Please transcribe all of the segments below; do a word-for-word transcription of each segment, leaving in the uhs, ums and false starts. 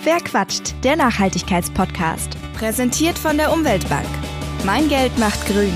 Wer quatscht? Der Nachhaltigkeitspodcast. Präsentiert von der Umweltbank. Mein Geld macht grün.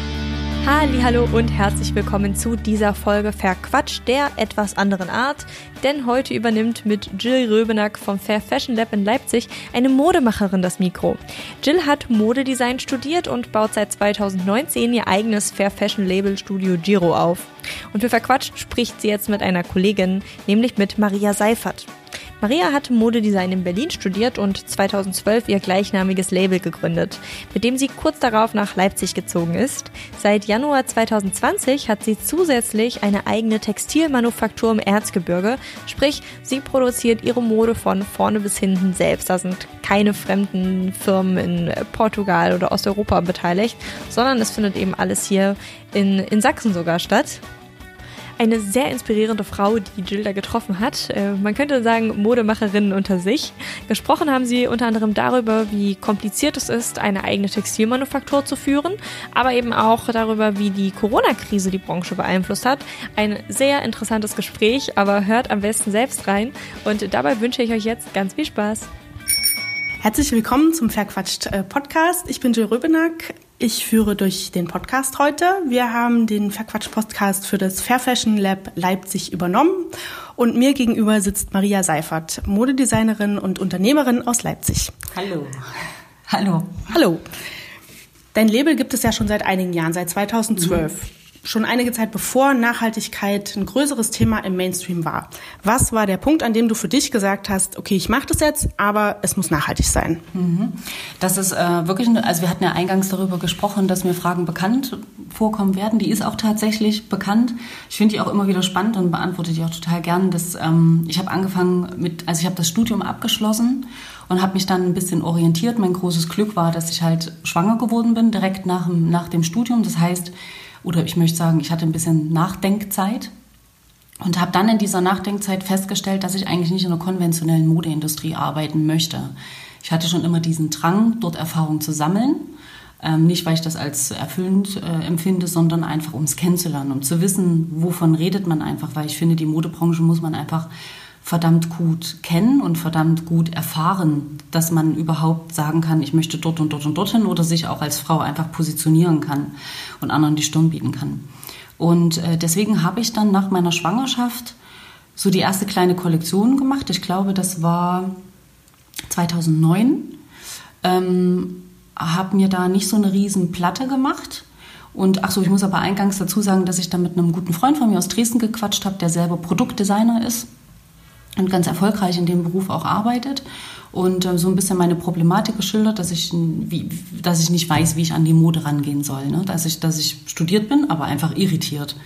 Hallihallo und herzlich willkommen zu dieser Folge Verquatscht der etwas anderen Art, denn heute übernimmt mit Jill Röbenack vom Fair Fashion Lab in Leipzig eine Modemacherin das Mikro. Jill hat Modedesign studiert und baut seit zweitausendneunzehn ihr eigenes Fair Fashion Label Studio Giro auf. Und für Verquatscht spricht sie jetzt mit einer Kollegin, nämlich mit Maria Seifert. Maria hat Modedesign in Berlin studiert und zweitausendzwölf ihr gleichnamiges Label gegründet, mit dem sie kurz darauf nach Leipzig gezogen ist. Seit Januar zweitausendzwanzig hat sie zusätzlich eine eigene Textilmanufaktur im Erzgebirge, sprich, sie produziert ihre Mode von vorne bis hinten selbst. Da sind keine fremden Firmen in Portugal oder Osteuropa beteiligt, sondern es findet eben alles hier in, in Sachsen sogar statt. Eine sehr inspirierende Frau, die Jill da getroffen hat. Äh, man könnte sagen, Modemacherinnen unter sich. Gesprochen haben sie unter anderem darüber, wie kompliziert es ist, eine eigene Textilmanufaktur zu führen, aber eben auch darüber, wie die Corona-Krise die Branche beeinflusst hat. Ein sehr interessantes Gespräch, aber hört am besten selbst rein. Und dabei wünsche ich euch jetzt ganz viel Spaß. Herzlich willkommen zum Verquatscht Podcast. Ich bin Jill Röbenack. Ich führe durch den Podcast heute. Wir haben den Verquatsch-Podcast für das Fair Fashion Lab Leipzig übernommen und mir gegenüber sitzt Maria Seifert, Modedesignerin und Unternehmerin aus Leipzig. Hallo. Hallo. Hallo. Dein Label gibt es ja schon seit einigen Jahren, seit zweitausendzwölf. Mhm. Schon einige Zeit bevor Nachhaltigkeit ein größeres Thema im Mainstream war. Was war der Punkt, an dem du für dich gesagt hast, okay, ich mache das jetzt, aber es muss nachhaltig sein? Das ist äh, wirklich, also wir hatten ja eingangs darüber gesprochen, dass mir Fragen bekannt vorkommen werden. Die ist auch tatsächlich bekannt. Ich finde die auch immer wieder spannend und beantworte die auch total gern. Dass, ähm, ich habe angefangen mit, also ich habe das Studium abgeschlossen und habe mich dann ein bisschen orientiert. Mein großes Glück war, dass ich halt schwanger geworden bin, direkt nach, nach dem Studium. Das heißt, oder ich möchte sagen, ich hatte ein bisschen Nachdenkzeit und habe dann in dieser Nachdenkzeit festgestellt, dass ich eigentlich nicht in der konventionellen Modeindustrie arbeiten möchte. Ich hatte schon immer diesen Drang, dort Erfahrung zu sammeln. Ähm, nicht, weil ich das als erfüllend äh, empfinde, sondern einfach, um es kennenzulernen, um zu wissen, wovon redet man einfach. Weil ich finde, die Modebranche muss man einfach verdammt gut kennen und verdammt gut erfahren, dass man überhaupt sagen kann, ich möchte dort und dort und dorthin oder sich auch als Frau einfach positionieren kann und anderen die Stirn bieten kann. Und äh, deswegen habe ich dann nach meiner Schwangerschaft so die erste kleine Kollektion gemacht. Ich glaube, das war zweitausendneun. Ähm, habe mir da nicht so eine riesen Platte gemacht. Und ach so, ich muss aber eingangs dazu sagen, dass ich da mit einem guten Freund von mir aus Dresden gequatscht habe, der selber Produktdesigner ist und ganz erfolgreich in dem Beruf auch arbeitet und äh, so ein bisschen meine Problematik geschildert, dass ich, wie, dass ich nicht weiß, wie ich an die Mode rangehen soll, ne? dass, ich, dass ich studiert bin, aber einfach irritiert.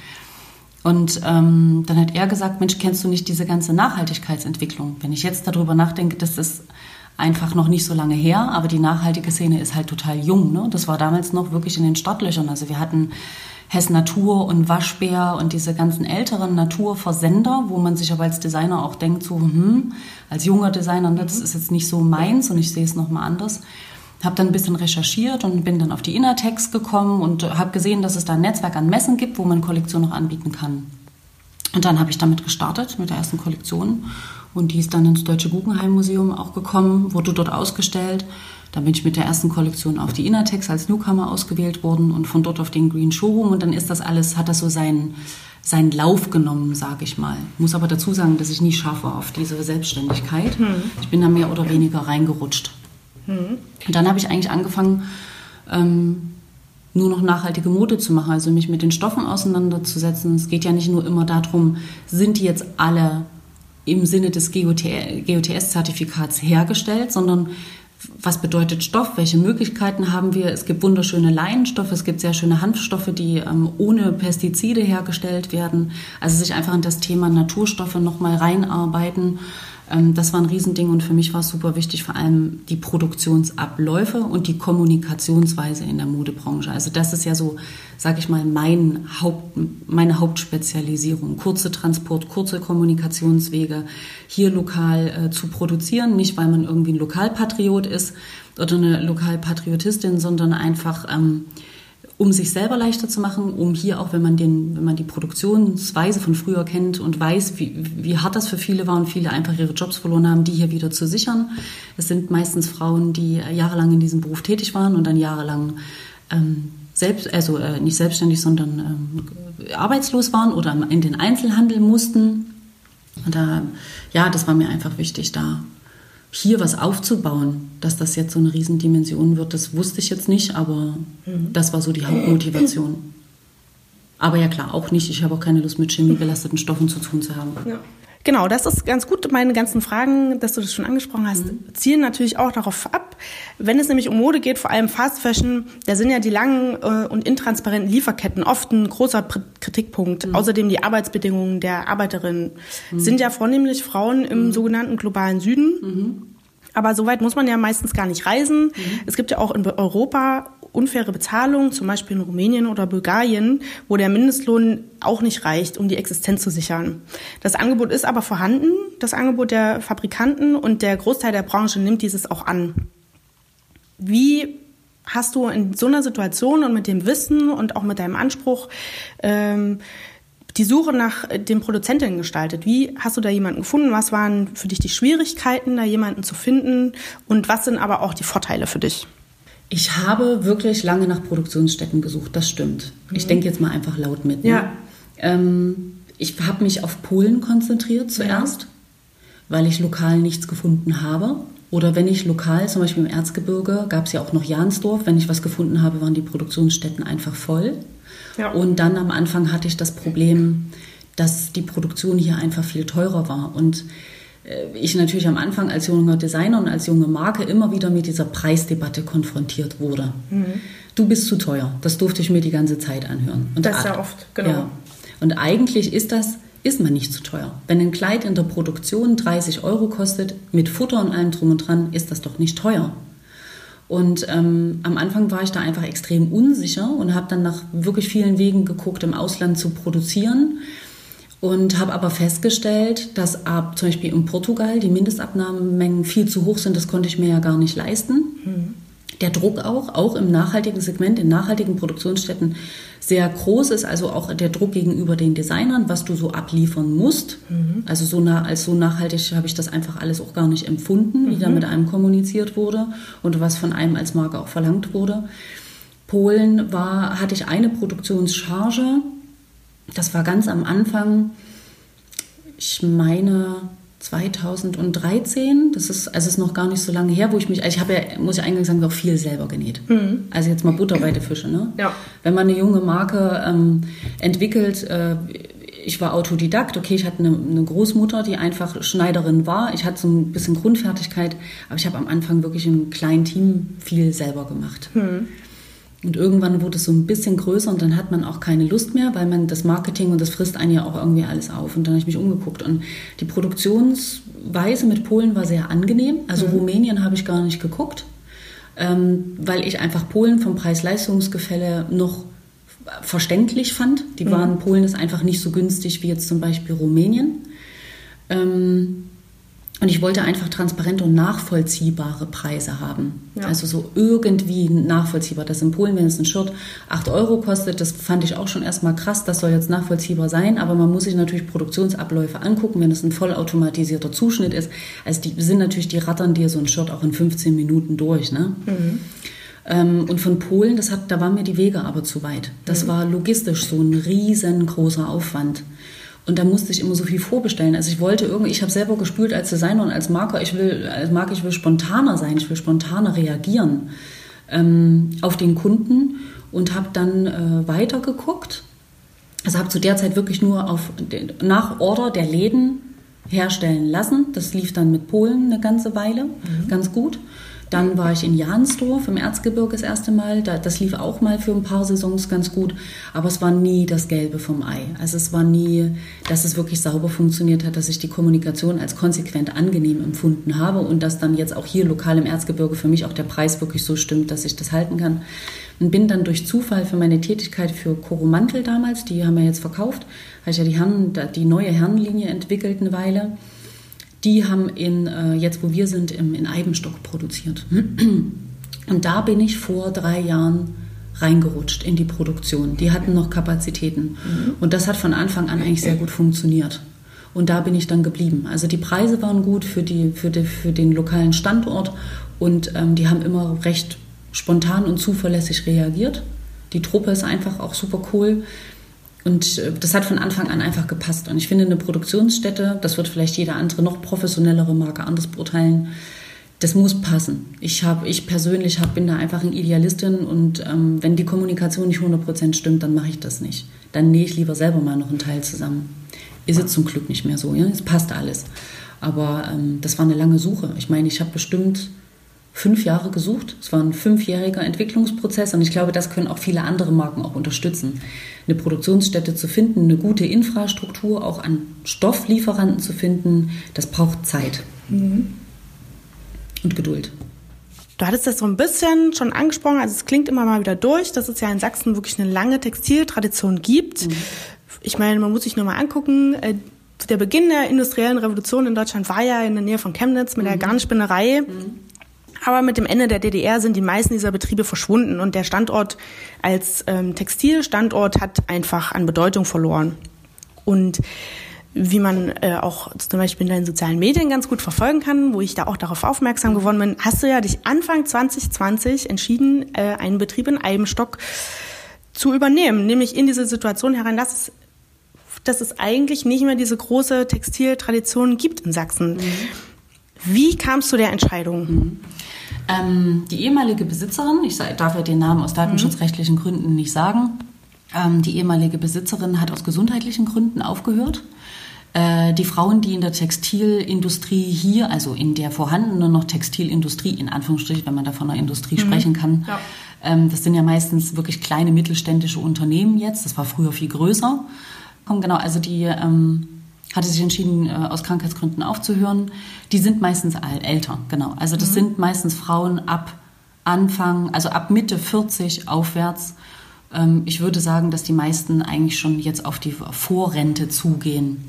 Und ähm, dann hat er gesagt, Mensch, kennst du nicht diese ganze Nachhaltigkeitsentwicklung? Wenn ich jetzt darüber nachdenke, das ist einfach noch nicht so lange her, aber die nachhaltige Szene ist halt total jung. Ne? Das war damals noch wirklich in den Startlöchern. Also wir hatten Hess Natur und Waschbär und diese ganzen älteren Naturversender, wo man sich aber als Designer auch denkt, so, hm, als junger Designer, das ist jetzt nicht so meins und ich sehe es nochmal anders. Habe dann ein bisschen recherchiert und bin dann auf die Innertex gekommen und habe gesehen, dass es da ein Netzwerk an Messen gibt, wo man Kollektionen noch anbieten kann. Und dann habe ich damit gestartet, mit der ersten Kollektion. Und die ist dann ins Deutsche Guggenheim Museum auch gekommen, wurde dort ausgestellt. Dann bin ich mit der ersten Kollektion auf die Innertex als Newcomer ausgewählt worden und von dort auf den Green Showroom. Und dann ist das alles, hat das so seinen, seinen Lauf genommen, sage ich mal. Ich muss aber dazu sagen, dass ich nie scharf war auf diese Selbstständigkeit. Hm. Ich bin da mehr oder weniger reingerutscht. Hm. Und dann habe ich eigentlich angefangen, ähm, nur noch nachhaltige Mode zu machen, also mich mit den Stoffen auseinanderzusetzen. Es geht ja nicht nur immer darum, sind die jetzt alle im Sinne des G O T S-Zertifikats hergestellt, sondern was bedeutet Stoff, welche Möglichkeiten haben wir? Es gibt wunderschöne Leinenstoffe, es gibt sehr schöne Hanfstoffe, die ähm, ohne Pestizide hergestellt werden. Also sich einfach in das Thema Naturstoffe nochmal reinarbeiten. Ähm, das war ein Riesending und für mich war es super wichtig, vor allem die Produktionsabläufe und die Kommunikationsweise in der Modebranche. Also das ist ja so, sage ich mal, mein Haupt, meine Hauptspezialisierung. Kurze Transport, kurze Kommunikationswege, hier lokal äh, zu produzieren, nicht weil man irgendwie ein Lokalpatriot ist oder eine Lokalpatriotistin, sondern einfach ähm, um sich selber leichter zu machen, um hier auch, wenn man den, wenn man die Produktionsweise von früher kennt und weiß, wie, wie hart das für viele war und viele einfach ihre Jobs verloren haben, die hier wieder zu sichern. Es sind meistens Frauen, die jahrelang in diesem Beruf tätig waren und dann jahrelang ähm, selbst, also äh, nicht selbstständig, sondern ähm, arbeitslos waren oder in den Einzelhandel mussten. Und da, ja, das war mir einfach wichtig, da hier was aufzubauen, dass das jetzt so eine Riesendimension wird, das wusste ich jetzt nicht, aber mhm. das war so die Hauptmotivation. Aber ja klar, auch nicht, ich habe auch keine Lust mit chemiebelasteten Stoffen zu tun zu haben. Ja. Genau, das ist ganz gut. Meine ganzen Fragen, dass du das schon angesprochen hast, mhm. zielen natürlich auch darauf ab. Wenn es nämlich um Mode geht, vor allem Fast Fashion, da sind ja die langen äh, und intransparenten Lieferketten oft ein großer Pr- Kritikpunkt. Mhm. Außerdem die Arbeitsbedingungen der Arbeiterinnen mhm. sind ja vornehmlich Frauen im mhm. sogenannten globalen Süden. Mhm. Aber so weit muss man ja meistens gar nicht reisen. Mhm. Es gibt ja auch in Europa unfaire Bezahlung, zum Beispiel in Rumänien oder Bulgarien, wo der Mindestlohn auch nicht reicht, um die Existenz zu sichern. Das Angebot ist aber vorhanden, das Angebot der Fabrikanten, und der Großteil der Branche nimmt dieses auch an. Wie hast du in so einer Situation und mit dem Wissen und auch mit deinem Anspruch ähm, die Suche nach den Produzentinnen gestaltet? Wie hast du da jemanden gefunden? Was waren für dich die Schwierigkeiten, da jemanden zu finden? Und was sind aber auch die Vorteile für dich? Ich habe wirklich lange nach Produktionsstätten gesucht, das stimmt. Mhm. Ich denke jetzt mal einfach laut mit. Ne? Ja. Ähm, ich habe mich auf Polen konzentriert zuerst, ja. weil ich lokal nichts gefunden habe. Oder wenn ich lokal, zum Beispiel im Erzgebirge, gab es ja auch noch Jansdorf, wenn ich was gefunden habe, waren die Produktionsstätten einfach voll. Ja. Und dann am Anfang hatte ich das Problem, dass die Produktion hier einfach viel teurer war. Und ich natürlich am Anfang als junger Designer und als junge Marke immer wieder mit dieser Preisdebatte konfrontiert wurde. Mhm. Du bist zu teuer. Das durfte ich mir die ganze Zeit anhören. Und das ist ja oft, genau. Ja. Und eigentlich ist das, ist man nicht zu teuer. Wenn ein Kleid in der Produktion dreißig Euro kostet, mit Futter und allem drum und dran, ist das doch nicht teuer. Und ähm, am Anfang war ich da einfach extrem unsicher und habe dann nach wirklich vielen Wegen geguckt, im Ausland zu produzieren. Und habe aber festgestellt, dass ab zum Beispiel in Portugal die Mindestabnahmemengen viel zu hoch sind. Das konnte ich mir ja gar nicht leisten. Mhm. Der Druck auch, auch im nachhaltigen Segment, in nachhaltigen Produktionsstätten sehr groß ist. Also auch der Druck gegenüber den Designern, was du so abliefern musst. Mhm. Also so nah, als so nachhaltig habe ich das einfach alles auch gar nicht empfunden, mhm. wie da mit einem kommuniziert wurde und was von einem als Marke auch verlangt wurde. Polen war, hatte ich eine Produktionscharge. Das war ganz am Anfang, ich meine zweitausenddreizehn, das ist, also ist noch gar nicht so lange her, wo ich mich, also ich habe ja, muss ich eingangs sagen, auch viel selber genäht. Mhm. Also jetzt mal Butter bei den Fischen. Ne? Ja. Wenn man eine junge Marke ähm, entwickelt, äh, ich war Autodidakt, okay, ich hatte eine, eine Großmutter, die einfach Schneiderin war, ich hatte so ein bisschen Grundfertigkeit, aber ich habe am Anfang wirklich im kleinen Team viel selber gemacht. Mhm. Und irgendwann wurde es so ein bisschen größer und dann hat man auch keine Lust mehr, weil man das Marketing und das frisst einen ja auch irgendwie alles auf. Und dann habe ich mich umgeguckt. Und die Produktionsweise mit Polen war sehr angenehm. Also mhm. Rumänien habe ich gar nicht geguckt, ähm, weil ich einfach Polen vom Preis-Leistungs-Gefälle noch verständlich fand. Die mhm. waren, Polen ist einfach nicht so günstig wie jetzt zum Beispiel Rumänien. Ähm, Und ich wollte einfach transparente und nachvollziehbare Preise haben. Ja. Also so irgendwie nachvollziehbar. Das in Polen, wenn es ein Shirt acht Euro kostet, das fand ich auch schon erstmal krass. Das soll jetzt nachvollziehbar sein. Aber man muss sich natürlich Produktionsabläufe angucken, wenn es ein vollautomatisierter Zuschnitt ist. Also die sind natürlich, die rattern dir so ein Shirt auch in fünfzehn Minuten durch. Ne? Mhm. Ähm, und von Polen, das hat, da waren mir die Wege aber zu weit. Das mhm. war logistisch so ein riesengroßer Aufwand. Und da musste ich immer so viel vorbestellen. Also ich wollte irgendwie, ich habe selber gespürt als Designer und als Marke, ich will, als Marke, ich will spontaner sein, ich will spontaner reagieren ähm, auf den Kunden und habe dann äh, weitergeguckt. Also habe zu der Zeit wirklich nur auf den, nach Order der Läden herstellen lassen. Das lief dann mit Polen eine ganze Weile, mhm. ganz gut. Dann war ich in Jansdorf im Erzgebirge das erste Mal. Das lief auch mal für ein paar Saisons ganz gut. Aber es war nie das Gelbe vom Ei. Also es war nie, dass es wirklich sauber funktioniert hat, dass ich die Kommunikation als konsequent angenehm empfunden habe und dass dann jetzt auch hier lokal im Erzgebirge für mich auch der Preis wirklich so stimmt, dass ich das halten kann. Und bin dann durch Zufall für meine Tätigkeit für Coromandel damals, die haben wir jetzt verkauft, habe ich ja die, Herren, die neue Herrenlinie entwickelt eine Weile. Die haben in, äh, jetzt wo wir sind, im, in Eibenstock produziert. Und da bin ich vor drei Jahren reingerutscht in die Produktion. Die hatten noch Kapazitäten. Mhm. Und das hat von Anfang an eigentlich sehr gut funktioniert. Und da bin ich dann geblieben. Also die Preise waren gut für, die, für, die, für den lokalen Standort und ähm, die haben immer recht spontan und zuverlässig reagiert. Die Truppe ist einfach auch super cool. Und das hat von Anfang an einfach gepasst. Und ich finde, eine Produktionsstätte, das wird vielleicht jede andere, noch professionellere Marke anders beurteilen, das muss passen. Ich, hab, ich persönlich hab, bin da einfach eine Idealistin und ähm, wenn die Kommunikation nicht hundert Prozent stimmt, dann mache ich das nicht. Dann nähe ich lieber selber mal noch einen Teil zusammen. Ist jetzt zum Glück nicht mehr so. Ja? Es passt alles. Aber ähm, das war eine lange Suche. Ich meine, ich habe bestimmt fünf Jahre gesucht. Es war ein fünfjähriger Entwicklungsprozess und ich glaube, das können auch viele andere Marken auch unterstützen. Eine Produktionsstätte zu finden, eine gute Infrastruktur, auch an Stofflieferanten zu finden, das braucht Zeit mhm. und Geduld. Du hattest das so ein bisschen schon angesprochen, also es klingt immer mal wieder durch, dass es ja in Sachsen wirklich eine lange Textiltradition gibt. Mhm. Ich meine, man muss sich nur mal angucken, der Beginn der industriellen Revolution in Deutschland war ja in der Nähe von Chemnitz mit mhm. der Garnspinnerei. Mhm. Aber mit dem Ende der D D R sind die meisten dieser Betriebe verschwunden und der Standort als ähm, Textilstandort hat einfach an Bedeutung verloren. Und wie man äh, auch zum Beispiel in deinen sozialen Medien ganz gut verfolgen kann, wo ich da auch darauf aufmerksam geworden bin, hast du ja dich Anfang zwanzig zwanzig entschieden, äh, einen Betrieb in Eibenstock zu übernehmen, nämlich in diese Situation herein, dass es, dass es eigentlich nicht mehr diese große Textiltradition gibt in Sachsen. Mhm. Wie kam es zu der Entscheidung? Mhm. Ähm, die ehemalige Besitzerin, ich darf ja den Namen aus datenschutzrechtlichen Gründen nicht sagen, ähm, die ehemalige Besitzerin hat aus gesundheitlichen Gründen aufgehört. Äh, die Frauen, die in der Textilindustrie hier, also in der vorhandenen noch Textilindustrie, in Anführungsstrichen, wenn man da von einer Industrie mhm. sprechen kann, ja. ähm, das sind ja meistens wirklich kleine mittelständische Unternehmen jetzt, das war früher viel größer. Genau, also die ähm, hatte sich entschieden, äh, aus Krankheitsgründen aufzuhören. Die sind meistens alt, älter, genau. Also das mhm. sind meistens Frauen ab Anfang, also ab Mitte vierzig aufwärts. Ähm, ich würde sagen, dass die meisten eigentlich schon jetzt auf die Vorrente zugehen.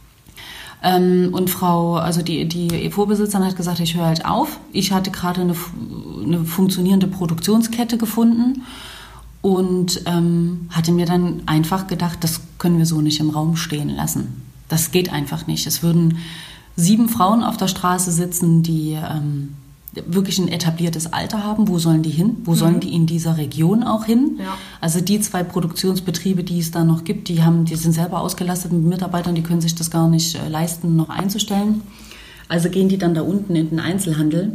Ähm, und Frau, also die, die Vorbesitzerin hat gesagt, ich höre halt auf. Ich hatte gerade eine, eine funktionierende Produktionskette gefunden und ähm, hatte mir dann einfach gedacht, das können wir so nicht im Raum stehen lassen. Das geht einfach nicht. Es würden sieben Frauen auf der Straße sitzen, die ähm, wirklich ein etabliertes Alter haben. Wo sollen die hin? Wo mhm. sollen die in dieser Region auch hin? Ja. Also die zwei Produktionsbetriebe, die es da noch gibt, die, haben, die sind selber ausgelastet mit Mitarbeitern, die können sich das gar nicht äh, leisten, noch einzustellen. Also gehen die dann da unten in den Einzelhandel.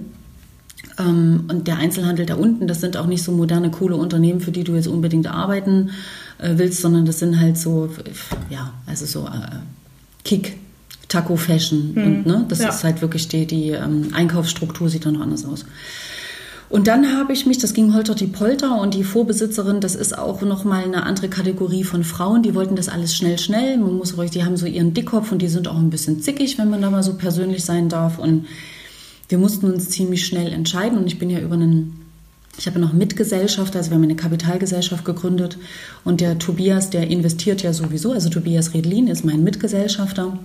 Ähm, und der Einzelhandel da unten, das sind auch nicht so moderne, coole Unternehmen, für die du jetzt unbedingt arbeiten äh, willst, sondern das sind halt so, ja, also so... Äh, Kick, Taco Fashion hm. und ne, das ja. ist halt wirklich die, die ähm, Einkaufsstruktur sieht dann noch anders aus. Und dann habe ich mich, das ging holter die Polter und die Vorbesitzerin, das ist auch nochmal eine andere Kategorie von Frauen, die wollten das alles schnell, schnell, man muss ruhig, die haben so ihren Dickkopf und die sind auch ein bisschen zickig, wenn man da mal so persönlich sein darf und wir mussten uns ziemlich schnell entscheiden und ich bin ja über einen Ich habe noch Mitgesellschafter, also wir haben eine Kapitalgesellschaft gegründet und der Tobias, der investiert ja sowieso, also Tobias Redlin ist mein Mitgesellschafter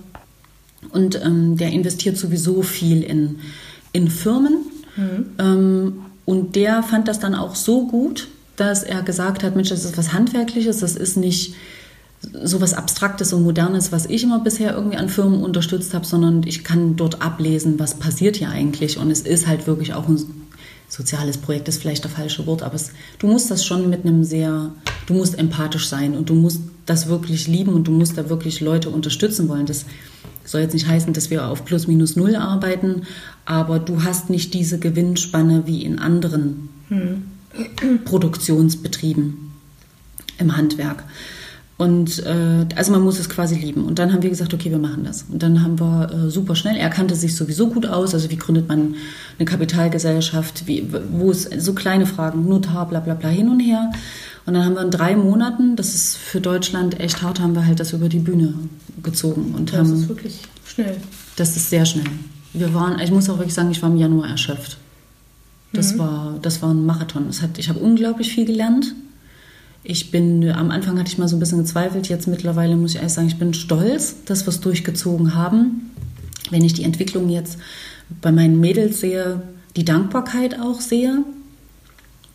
und ähm, der investiert sowieso viel in, in Firmen mhm. ähm, und der fand das dann auch so gut, dass er gesagt hat, Mensch, das ist was Handwerkliches, das ist nicht so was Abstraktes und Modernes, was ich immer bisher irgendwie an Firmen unterstützt habe, sondern ich kann dort ablesen, was passiert hier eigentlich und es ist halt wirklich auch ein soziales Projekt ist vielleicht das falsche Wort, aber es, du musst das schon mit einem sehr, du musst empathisch sein und du musst das wirklich lieben und du musst da wirklich Leute unterstützen wollen. Das soll jetzt nicht heißen, dass wir auf plus minus null arbeiten, aber du hast nicht diese Gewinnspanne wie in anderen hm. Produktionsbetrieben im Handwerk. Und äh, also man muss es quasi lieben. Und dann haben wir gesagt, okay, wir machen das. Und dann haben wir äh, super schnell, er kannte sich sowieso gut aus, also wie gründet man eine Kapitalgesellschaft, wie, wo es so kleine Fragen, Notar, bla bla bla, hin und her. Und dann haben wir in drei Monaten, das ist für Deutschland echt hart, haben wir halt das über die Bühne gezogen. Und das haben, ist wirklich schnell. Das ist sehr schnell. Wir waren, ich muss auch wirklich sagen, ich war im Januar erschöpft. Das, mhm. war, das war ein Marathon. Das hat, ich habe unglaublich viel gelernt. Ich bin, am Anfang hatte ich mal so ein bisschen gezweifelt, jetzt mittlerweile muss ich ehrlich sagen, ich bin stolz, dass wir es durchgezogen haben. Wenn ich die Entwicklung jetzt bei meinen Mädels sehe, die Dankbarkeit auch sehe,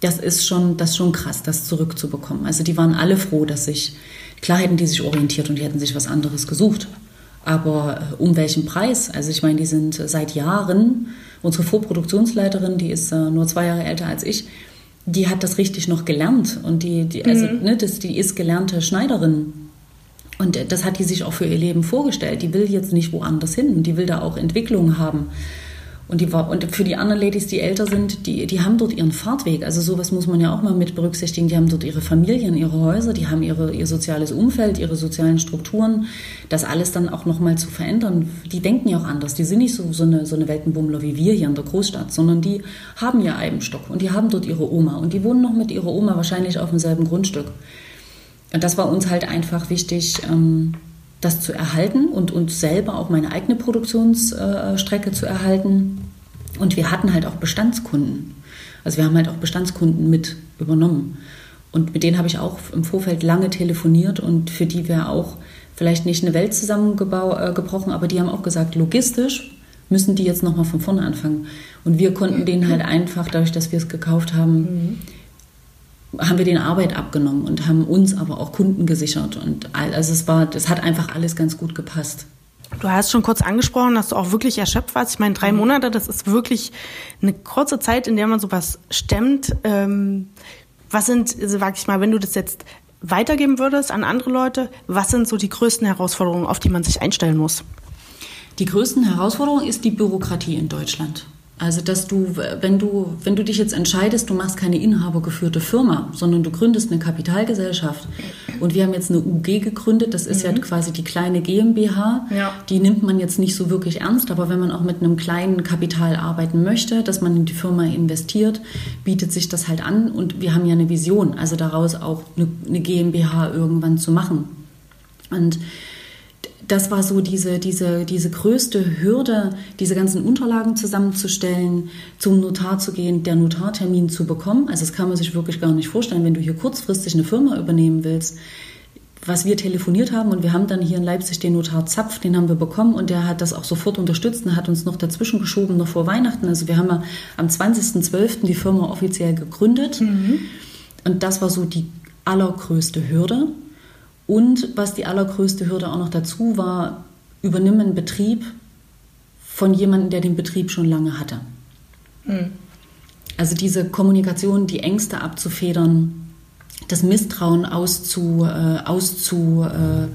das ist schon, das ist schon krass, das zurückzubekommen. Also die waren alle froh, dass sich, klar hätten die sich orientiert und die hätten sich was anderes gesucht. Aber äh, um welchen Preis? Also ich meine, die sind seit Jahren, unsere Vorproduktionsleiterin, die ist äh, nur zwei Jahre älter als ich, die hat das richtig noch gelernt. Und die, die, also, mhm. ne, das, die ist gelernte Schneiderin. Und das hat die sich auch für ihr Leben vorgestellt. Die will jetzt nicht woanders hin. Die will da auch Entwicklung haben. Und, die war, und für die anderen Ladies, die älter sind, die, die haben dort ihren Fahrtweg. Also sowas muss man ja auch mal mit berücksichtigen. Die haben dort ihre Familien, ihre Häuser, die haben ihre, ihr soziales Umfeld, ihre sozialen Strukturen. Das alles dann auch nochmal zu verändern. Die denken ja auch anders. Die sind nicht so, so, eine, so eine Weltenbummler wie wir hier in der Großstadt, sondern die haben ja Eibenstock und die haben dort ihre Oma. Und die wohnen noch mit ihrer Oma wahrscheinlich auf demselben Grundstück. Und das war uns halt einfach wichtig, ähm, das zu erhalten und uns selber auch meine eigene Produktionsstrecke zu erhalten. Und wir hatten halt auch Bestandskunden. Also wir haben halt auch Bestandskunden mit übernommen. Und mit denen habe ich auch im Vorfeld lange telefoniert und für die wir auch vielleicht nicht eine Welt zusammengebrochen, aber die haben auch gesagt, logistisch müssen die jetzt nochmal von vorne anfangen. Und wir konnten denen halt einfach, dadurch, dass wir es gekauft haben, mhm. haben wir den Arbeit abgenommen und haben uns aber auch Kunden gesichert. Und also es war, das hat einfach alles ganz gut gepasst. Du hast schon kurz angesprochen, dass du auch wirklich erschöpft warst. Ich meine, drei Monate, das ist wirklich eine kurze Zeit, in der man sowas stemmt. Ähm, was sind, sag ich mal, wenn du das jetzt weitergeben würdest an andere Leute, was sind so die größten Herausforderungen, auf die man sich einstellen muss? Die größten Herausforderungen ist die Bürokratie in Deutschland. Also, dass du, wenn du, wenn du dich jetzt entscheidest, du machst keine inhabergeführte Firma, sondern du gründest eine Kapitalgesellschaft. Und wir haben jetzt eine U G gegründet, das ist mhm. ja quasi die kleine GmbH. Ja. Die nimmt man jetzt nicht so wirklich ernst, aber wenn man auch mit einem kleinen Kapital arbeiten möchte, dass man in die Firma investiert, bietet sich das halt an. Und wir haben ja eine Vision, also daraus auch eine, eine GmbH irgendwann zu machen. Und das war so diese, diese, diese größte Hürde, diese ganzen Unterlagen zusammenzustellen, zum Notar zu gehen, der Notartermin zu bekommen. Also das kann man sich wirklich gar nicht vorstellen, wenn du hier kurzfristig eine Firma übernehmen willst. Was wir telefoniert haben und wir haben dann hier in Leipzig den Notar Zapf, den haben wir bekommen und der hat das auch sofort unterstützt und hat uns noch dazwischen geschoben, noch vor Weihnachten. Also wir haben ja am zwanzigsten zwölften die Firma offiziell gegründet mhm. und das war so die allergrößte Hürde. Und was die allergrößte Hürde auch noch dazu war, übernimm einen Betrieb von jemandem, der den Betrieb schon lange hatte. Mhm. Also diese Kommunikation, die Ängste abzufedern, das Misstrauen auszu, äh, auszu, äh,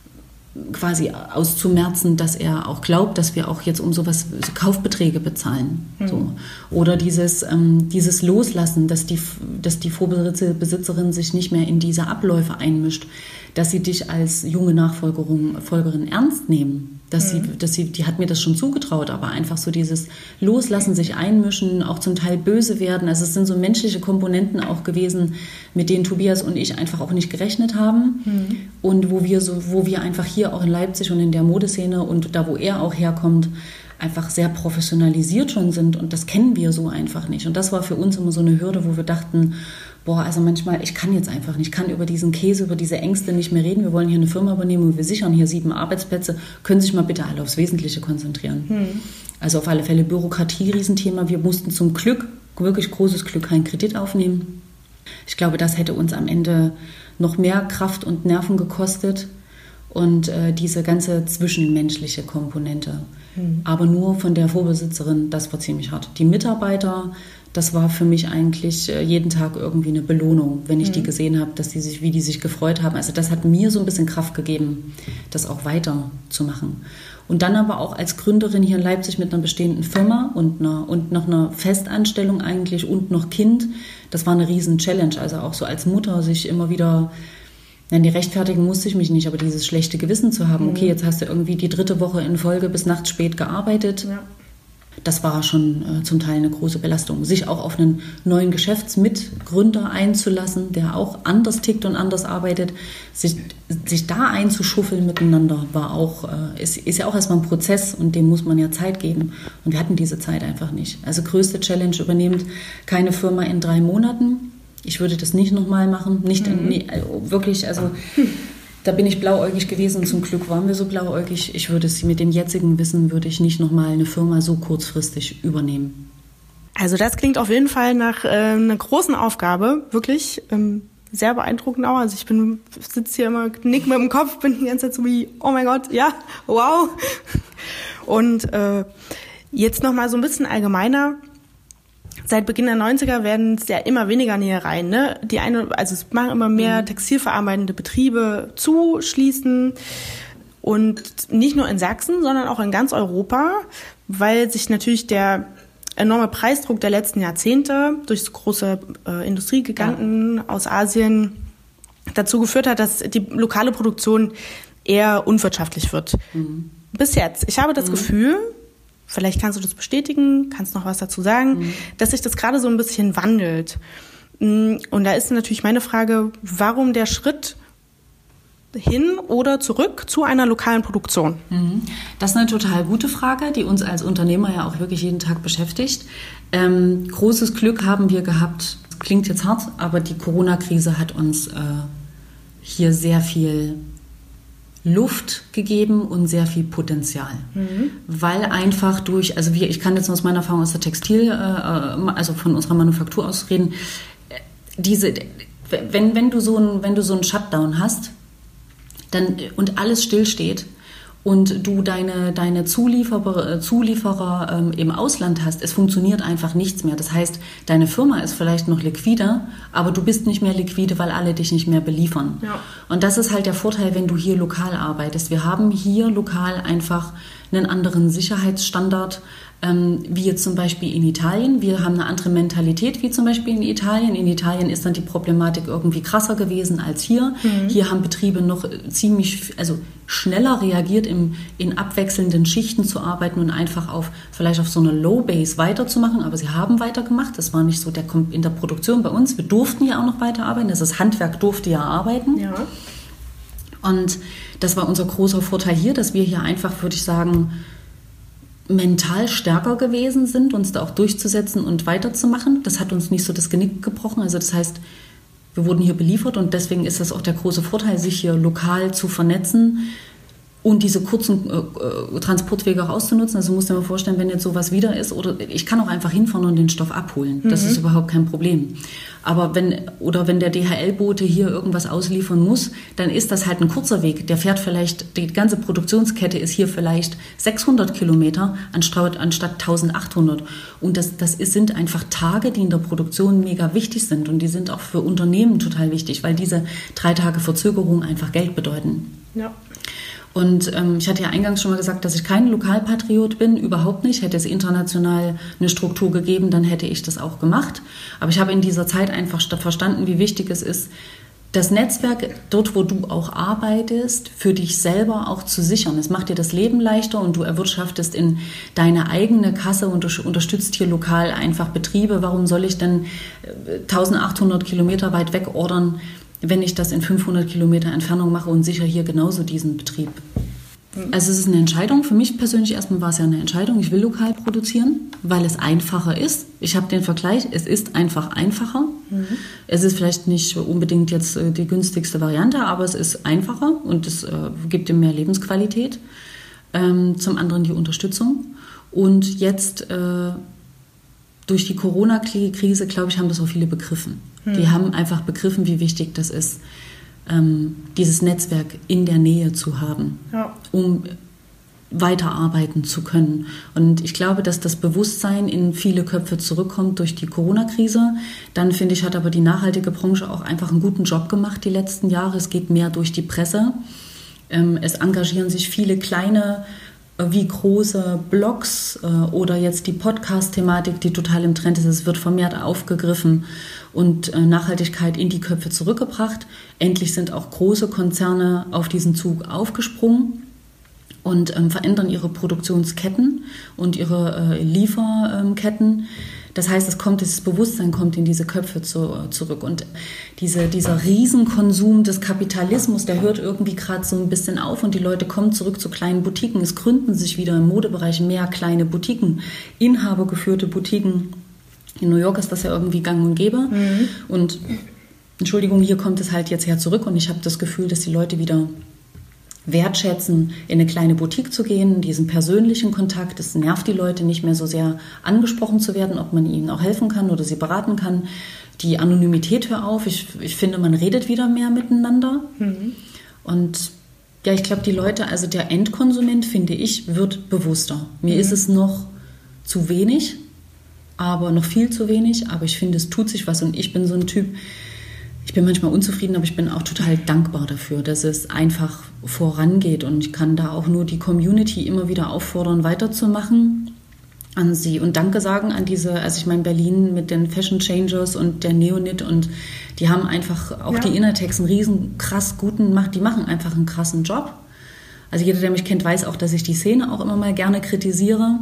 quasi auszumerzen, dass er auch glaubt, dass wir auch jetzt um sowas so Kaufbeträge bezahlen. Mhm. So. Oder dieses, ähm, dieses Loslassen, dass die, dass die Vorbesitzerin sich nicht mehr in diese Abläufe einmischt, dass sie dich als junge Nachfolgerin Folgerin ernst nehmen. Dass mhm. sie, dass sie, die hat mir das schon zugetraut, aber einfach so dieses Loslassen, sich einmischen, auch zum Teil böse werden. Also es sind so menschliche Komponenten auch gewesen, mit denen Tobias und ich einfach auch nicht gerechnet haben. Mhm. Und wo wir so, wo wir einfach hier auch in Leipzig und in der Modeszene und da, wo er auch herkommt, einfach sehr professionalisiert schon sind. Und das kennen wir so einfach nicht. Und das war für uns immer so eine Hürde, wo wir dachten, boah, also manchmal, ich kann jetzt einfach nicht, ich kann über diesen Käse, über diese Ängste nicht mehr reden. Wir wollen hier eine Firma übernehmen und wir sichern hier sieben Arbeitsplätze. Können sich mal bitte alle aufs Wesentliche konzentrieren. Hm. Also auf alle Fälle Bürokratie, Riesenthema. Wir mussten zum Glück, wirklich großes Glück, keinen Kredit aufnehmen. Ich glaube, das hätte uns am Ende noch mehr Kraft und Nerven gekostet und äh, diese ganze zwischenmenschliche Komponente. Hm. Aber nur von der Vorbesitzerin, das war ziemlich hart. Die Mitarbeiter, das war für mich eigentlich jeden Tag irgendwie eine Belohnung, wenn ich mhm. die gesehen habe, dass die sich, wie die sich gefreut haben. Also das hat mir so ein bisschen Kraft gegeben, das auch weiterzumachen. Und dann aber auch als Gründerin hier in Leipzig mit einer bestehenden Firma und, einer, und noch einer Festanstellung eigentlich und noch Kind, das war eine riesen Challenge. Also auch so als Mutter sich immer wieder, nein, die rechtfertigen musste ich mich nicht, aber dieses schlechte Gewissen zu haben, mhm. okay, jetzt hast du irgendwie die dritte Woche in Folge bis nachts spät gearbeitet. Ja. Das war schon äh, zum Teil eine große Belastung. Sich auch auf einen neuen Geschäftsmitgründer einzulassen, der auch anders tickt und anders arbeitet, sich, sich da einzuschuffeln miteinander, war auch, äh, ist, ist ja auch erstmal ein Prozess und dem muss man ja Zeit geben. Und wir hatten diese Zeit einfach nicht. Also größte Challenge, übernehmt keine Firma in drei Monaten. Ich würde das nicht nochmal machen. Nicht mhm. in, nee, wirklich, also... Da bin ich blauäugig gewesen und zum Glück waren wir so blauäugig. Ich würde es mit dem jetzigen Wissen, würde ich nicht nochmal eine Firma so kurzfristig übernehmen. Also das klingt auf jeden Fall nach äh, einer großen Aufgabe, wirklich ähm, sehr beeindruckend auch. Also ich bin sitze hier immer, nick mit dem Kopf, bin die ganze Zeit so wie, oh mein Gott, ja, wow. Und äh, jetzt nochmal so ein bisschen allgemeiner. Seit Beginn der neunziger werden es ja immer weniger Nähereien, ne? Die eine, also es machen immer mehr textilverarbeitende Betriebe zuschließen. Und nicht nur in Sachsen, sondern auch in ganz Europa, weil sich natürlich der enorme Preisdruck der letzten Jahrzehnte durch große äh, Industriegiganten ja. aus Asien dazu geführt hat, dass die lokale Produktion eher unwirtschaftlich wird. Mhm. Bis jetzt. Ich habe das mhm. Gefühl, vielleicht kannst du das bestätigen, kannst noch was dazu sagen, mhm. dass sich das gerade so ein bisschen wandelt. Und da ist natürlich meine Frage, warum der Schritt hin oder zurück zu einer lokalen Produktion? Das ist eine total gute Frage, die uns als Unternehmer ja auch wirklich jeden Tag beschäftigt. Ähm, großes Glück haben wir gehabt, klingt jetzt hart, aber die Corona-Krise hat uns äh, hier sehr viel Luft gegeben und sehr viel Potenzial. Mhm. Weil einfach durch, also wir, ich kann jetzt aus meiner Erfahrung aus der Textil, äh, also von unserer Manufaktur aus reden, diese, wenn, wenn du so ein, wenn du so einen Shutdown hast, dann, und alles stillsteht und du deine, deine Zulieferer, Zulieferer ähm, im Ausland hast, es funktioniert einfach nichts mehr. Das heißt, deine Firma ist vielleicht noch liquide, aber du bist nicht mehr liquide, weil alle dich nicht mehr beliefern. Ja. Und das ist halt der Vorteil, wenn du hier lokal arbeitest. Wir haben hier lokal einfach einen anderen Sicherheitsstandard, ähm, wie jetzt zum Beispiel in Italien. Wir haben eine andere Mentalität wie zum Beispiel in Italien. In Italien ist dann die Problematik irgendwie krasser gewesen als hier. Mhm. Hier haben Betriebe noch ziemlich, also schneller reagiert, im, in abwechselnden Schichten zu arbeiten und einfach auf vielleicht auf so eine Low-Base weiterzumachen. Aber sie haben weitergemacht. Das war nicht so der, in der Produktion bei uns. Wir durften ja auch noch weiterarbeiten. Das Handwerk durfte ja arbeiten. Ja. Und das war unser großer Vorteil hier, dass wir hier einfach, würde ich sagen, mental stärker gewesen sind, uns da auch durchzusetzen und weiterzumachen. Das hat uns nicht so das Genick gebrochen. Also das heißt, wir wurden hier beliefert und deswegen ist das auch der große Vorteil, sich hier lokal zu vernetzen und diese kurzen äh, Transportwege auch auszunutzen. Also du musst dir mal vorstellen, wenn jetzt sowas wieder ist, oder ich kann auch einfach hinfahren und den Stoff abholen. Das mhm. ist überhaupt kein Problem. Aber wenn, oder wenn der D H L-Bote hier irgendwas ausliefern muss, dann ist das halt ein kurzer Weg. Der fährt vielleicht, die ganze Produktionskette ist hier vielleicht sechshundert Kilometer anstatt, anstatt eintausendachthundert. Und das, das ist, sind einfach Tage, die in der Produktion mega wichtig sind. Und die sind auch für Unternehmen total wichtig, weil diese drei Tage Verzögerung einfach Geld bedeuten. Ja. Und ähm, ich hatte ja eingangs schon mal gesagt, dass ich kein Lokalpatriot bin, überhaupt nicht. Hätte es international eine Struktur gegeben, dann hätte ich das auch gemacht. Aber ich habe in dieser Zeit einfach verstanden, wie wichtig es ist, das Netzwerk dort, wo du auch arbeitest, für dich selber auch zu sichern. Es macht dir das Leben leichter und du erwirtschaftest in deine eigene Kasse und du unterstützt hier lokal einfach Betriebe. Warum soll ich denn eintausendachthundert Kilometer weit weg ordern, wenn ich das in fünfhundert Kilometer Entfernung mache und sicher hier genauso diesen Betrieb? Also es ist eine Entscheidung. Für mich persönlich erstmal war es ja eine Entscheidung. Ich will lokal produzieren, weil es einfacher ist. Ich habe den Vergleich, es ist einfach einfacher. Mhm. Es ist vielleicht nicht unbedingt jetzt die günstigste Variante, aber es ist einfacher und es äh, gibt ihm mehr Lebensqualität. Ähm, zum anderen die Unterstützung. Und jetzt äh, durch die Corona-Krise, glaube ich, haben das auch viele begriffen. Mhm. Die haben einfach begriffen, wie wichtig das ist, ähm, dieses Netzwerk in der Nähe zu haben, ja. um weiterarbeiten zu können. Und ich glaube, dass das Bewusstsein in viele Köpfe zurückkommt durch die Corona-Krise. Dann, finde ich, hat aber die nachhaltige Branche auch einfach einen guten Job gemacht die letzten Jahre. Es geht mehr durch die Presse. Ähm, es engagieren sich viele kleine wie große Blogs äh, oder jetzt die Podcast-Thematik, die total im Trend ist. Es wird vermehrt aufgegriffen und äh, Nachhaltigkeit in die Köpfe zurückgebracht. Endlich sind auch große Konzerne auf diesen Zug aufgesprungen und ähm, verändern ihre Produktionsketten und ihre äh, Lieferketten. Das heißt, es kommt, dieses Bewusstsein kommt in diese Köpfe zu, zurück. Und diese, dieser Riesenkonsum des Kapitalismus, der hört irgendwie gerade so ein bisschen auf und die Leute kommen zurück zu kleinen Boutiquen. Es gründen sich wieder im Modebereich mehr kleine Boutiquen, inhabergeführte Boutiquen. In New York ist das ja irgendwie gang und gäbe. Mhm. Und Entschuldigung, hier kommt es halt jetzt her zurück und ich habe das Gefühl, dass die Leute wieder wertschätzen, in eine kleine Boutique zu gehen, diesen persönlichen Kontakt. Es nervt die Leute nicht mehr so sehr, angesprochen zu werden, ob man ihnen auch helfen kann oder sie beraten kann. Die Anonymität hört auf. Ich, ich finde, man redet wieder mehr miteinander. Mhm. Und ja, ich glaube, die Leute, also der Endkonsument, finde ich, wird bewusster. Mir mhm. ist es noch zu wenig, aber noch viel zu wenig. Aber ich finde, es tut sich was. Und ich bin so ein Typ, ich bin manchmal unzufrieden, aber ich bin auch total dankbar dafür, dass es einfach vorangeht. Und ich kann da auch nur die Community immer wieder auffordern, weiterzumachen an sie. Und Danke sagen an diese, also ich meine Berlin mit den Fashion Changers und der Neonit. Und die haben einfach, auch ja. die Innertex, einen riesen krass guten, die machen einfach einen krassen Job. Also jeder, der mich kennt, weiß auch, dass ich die Szene auch immer mal gerne kritisiere.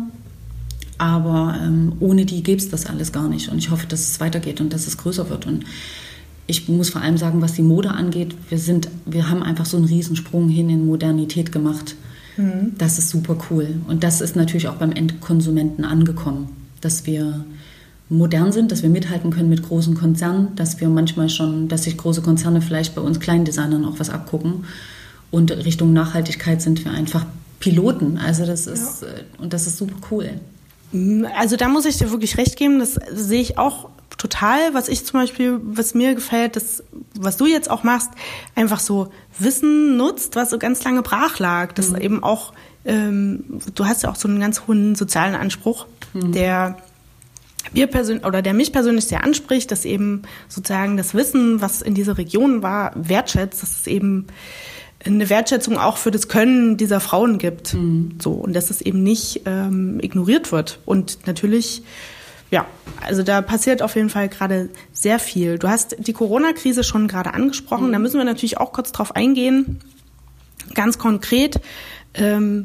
Aber ähm, ohne die gäbe es das alles gar nicht. Und ich hoffe, dass es weitergeht und dass es größer wird. Und ich muss vor allem sagen, was die Mode angeht, wir sind, wir haben einfach so einen Riesensprung hin in Modernität gemacht. Mhm. Das ist super cool. Und das ist natürlich auch beim Endkonsumenten angekommen, dass wir modern sind, dass wir mithalten können mit großen Konzernen, dass wir manchmal schon, dass sich große Konzerne vielleicht bei uns kleinen Designern auch was abgucken. Und Richtung Nachhaltigkeit sind wir einfach Piloten. Also das ist, ja. und das ist super cool. Also da muss ich dir wirklich recht geben, das sehe ich auch total, was ich zum Beispiel, was mir gefällt, das, was du jetzt auch machst, einfach so Wissen nutzt, was so ganz lange brach lag. Das mhm. eben auch, ähm, du hast ja auch so einen ganz hohen sozialen Anspruch, mhm. der mir persönlich oder der mich persönlich sehr anspricht, dass eben sozusagen das Wissen, was in dieser Region war, wertschätzt, dass es eben eine Wertschätzung auch für das Können dieser Frauen gibt. Mhm. So, und dass es eben nicht ähm, ignoriert wird. Und natürlich, ja, also da passiert auf jeden Fall gerade sehr viel. Du hast die Corona-Krise schon gerade angesprochen. Mhm. Da müssen wir natürlich auch kurz drauf eingehen. Ganz konkret, ähm,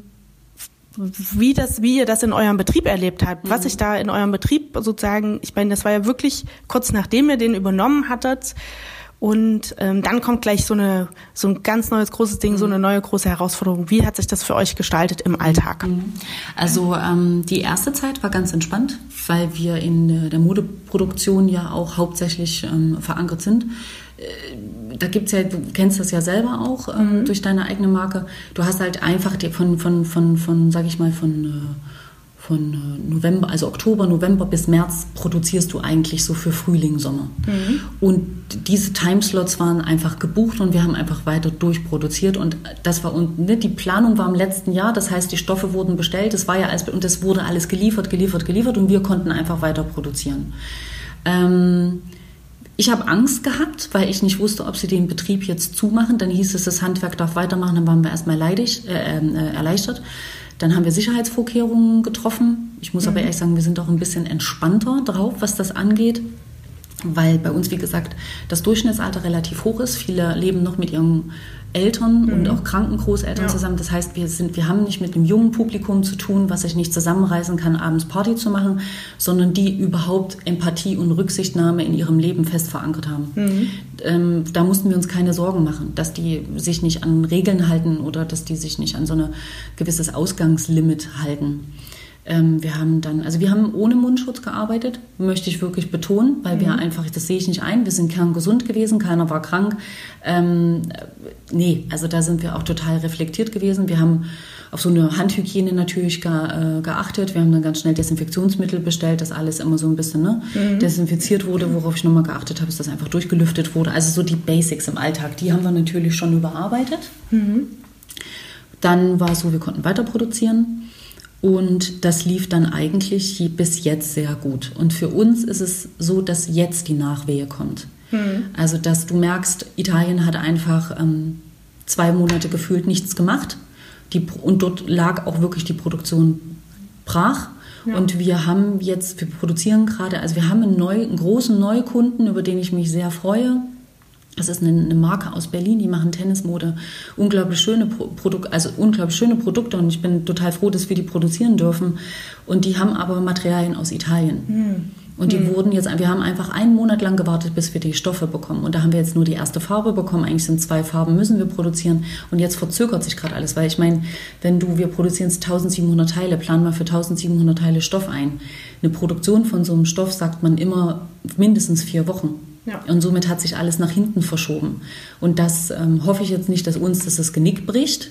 wie das, wie ihr das in eurem Betrieb erlebt habt. Mhm. Was sich da in eurem Betrieb sozusagen, ich meine, das war ja wirklich kurz nachdem ihr den übernommen hattet. Und ähm, dann kommt gleich so eine so ein ganz neues großes Ding, so eine neue große Herausforderung. Wie hat sich das für euch gestaltet im Alltag? Also ähm, die erste Zeit war ganz entspannt, weil wir in der Modeproduktion ja auch hauptsächlich ähm, verankert sind. Äh, da gibt's ja, du kennst das ja selber auch ähm, mhm. durch deine eigene Marke. Du hast halt einfach die von von von von sag ich mal von äh, Von November, also Oktober, November bis März produzierst du eigentlich so für Frühling, Sommer. Mhm. Und diese Timeslots waren einfach gebucht und wir haben einfach weiter durchproduziert. Und das war und ne, die Planung war im letzten Jahr, das heißt, die Stoffe wurden bestellt, das war ja alles, und das wurde alles geliefert, geliefert, geliefert und wir konnten einfach weiter produzieren. Ähm, ich habe Angst gehabt, weil ich nicht wusste, ob sie den Betrieb jetzt zumachen. Dann hieß es, das Handwerk darf weitermachen, dann waren wir erstmal leidig, äh, äh, erleichtert. Dann haben wir Sicherheitsvorkehrungen getroffen. Ich muss mhm. aber ehrlich sagen, wir sind auch ein bisschen entspannter drauf, was das angeht, weil bei uns, wie gesagt, das Durchschnittsalter relativ hoch ist. Viele leben noch mit ihren Eltern mhm. und auch kranken Großeltern ja. zusammen. Das heißt, wir sind, wir haben nicht mit einem jungen Publikum zu tun, was sich nicht zusammenreißen kann, abends Party zu machen, sondern die überhaupt Empathie und Rücksichtnahme in ihrem Leben fest verankert haben. Mhm. Ähm, da mussten wir uns keine Sorgen machen, dass die sich nicht an Regeln halten oder dass die sich nicht an so ein gewisses Ausgangslimit halten. Ähm, wir haben dann, also wir haben ohne Mundschutz gearbeitet, möchte ich wirklich betonen, weil mhm. wir einfach, das sehe ich nicht ein, wir sind kerngesund gewesen, keiner war krank. Ähm, nee, also da sind wir auch total reflektiert gewesen. Wir haben auf so eine Handhygiene natürlich ge, äh, geachtet. Wir haben dann ganz schnell Desinfektionsmittel bestellt, dass alles immer so ein bisschen ne, mhm. desinfiziert wurde. Worauf ich nochmal geachtet habe, ist, dass einfach durchgelüftet wurde. Also so die Basics im Alltag, die haben wir natürlich schon überarbeitet. Mhm. Dann war es so, wir konnten weiter produzieren. Und das lief dann eigentlich bis jetzt sehr gut. Und für uns ist es so, dass jetzt die Nachwehe kommt. Mhm. Also, dass du merkst, Italien hat einfach ähm, zwei Monate gefühlt nichts gemacht. Die, und dort lag auch wirklich die Produktion brach. Ja. Und wir haben jetzt, wir produzieren gerade, also wir haben einen, neu, einen großen Neukunden, über den ich mich sehr freue. Das ist eine, eine Marke aus Berlin, die machen Tennismode, unglaublich schöne Produkte, also unglaublich schöne Produkte und ich bin total froh, dass wir die produzieren dürfen. Und die haben aber Materialien aus Italien. Mhm. Und die mhm. wurden jetzt, wir haben einfach einen Monat lang gewartet, bis wir die Stoffe bekommen. Und da haben wir jetzt nur die erste Farbe bekommen. Eigentlich sind zwei Farben, müssen wir produzieren. Und jetzt verzögert sich gerade alles, weil ich meine, wenn du, wir produzieren eintausendsiebenhundert Teile, plan mal für eintausendsiebenhundert Teile Stoff ein. Eine Produktion von so einem Stoff sagt man immer mindestens vier Wochen. Ja. Und somit hat sich alles nach hinten verschoben. Und das ähm, hoffe ich jetzt nicht, dass uns das, das Genick bricht,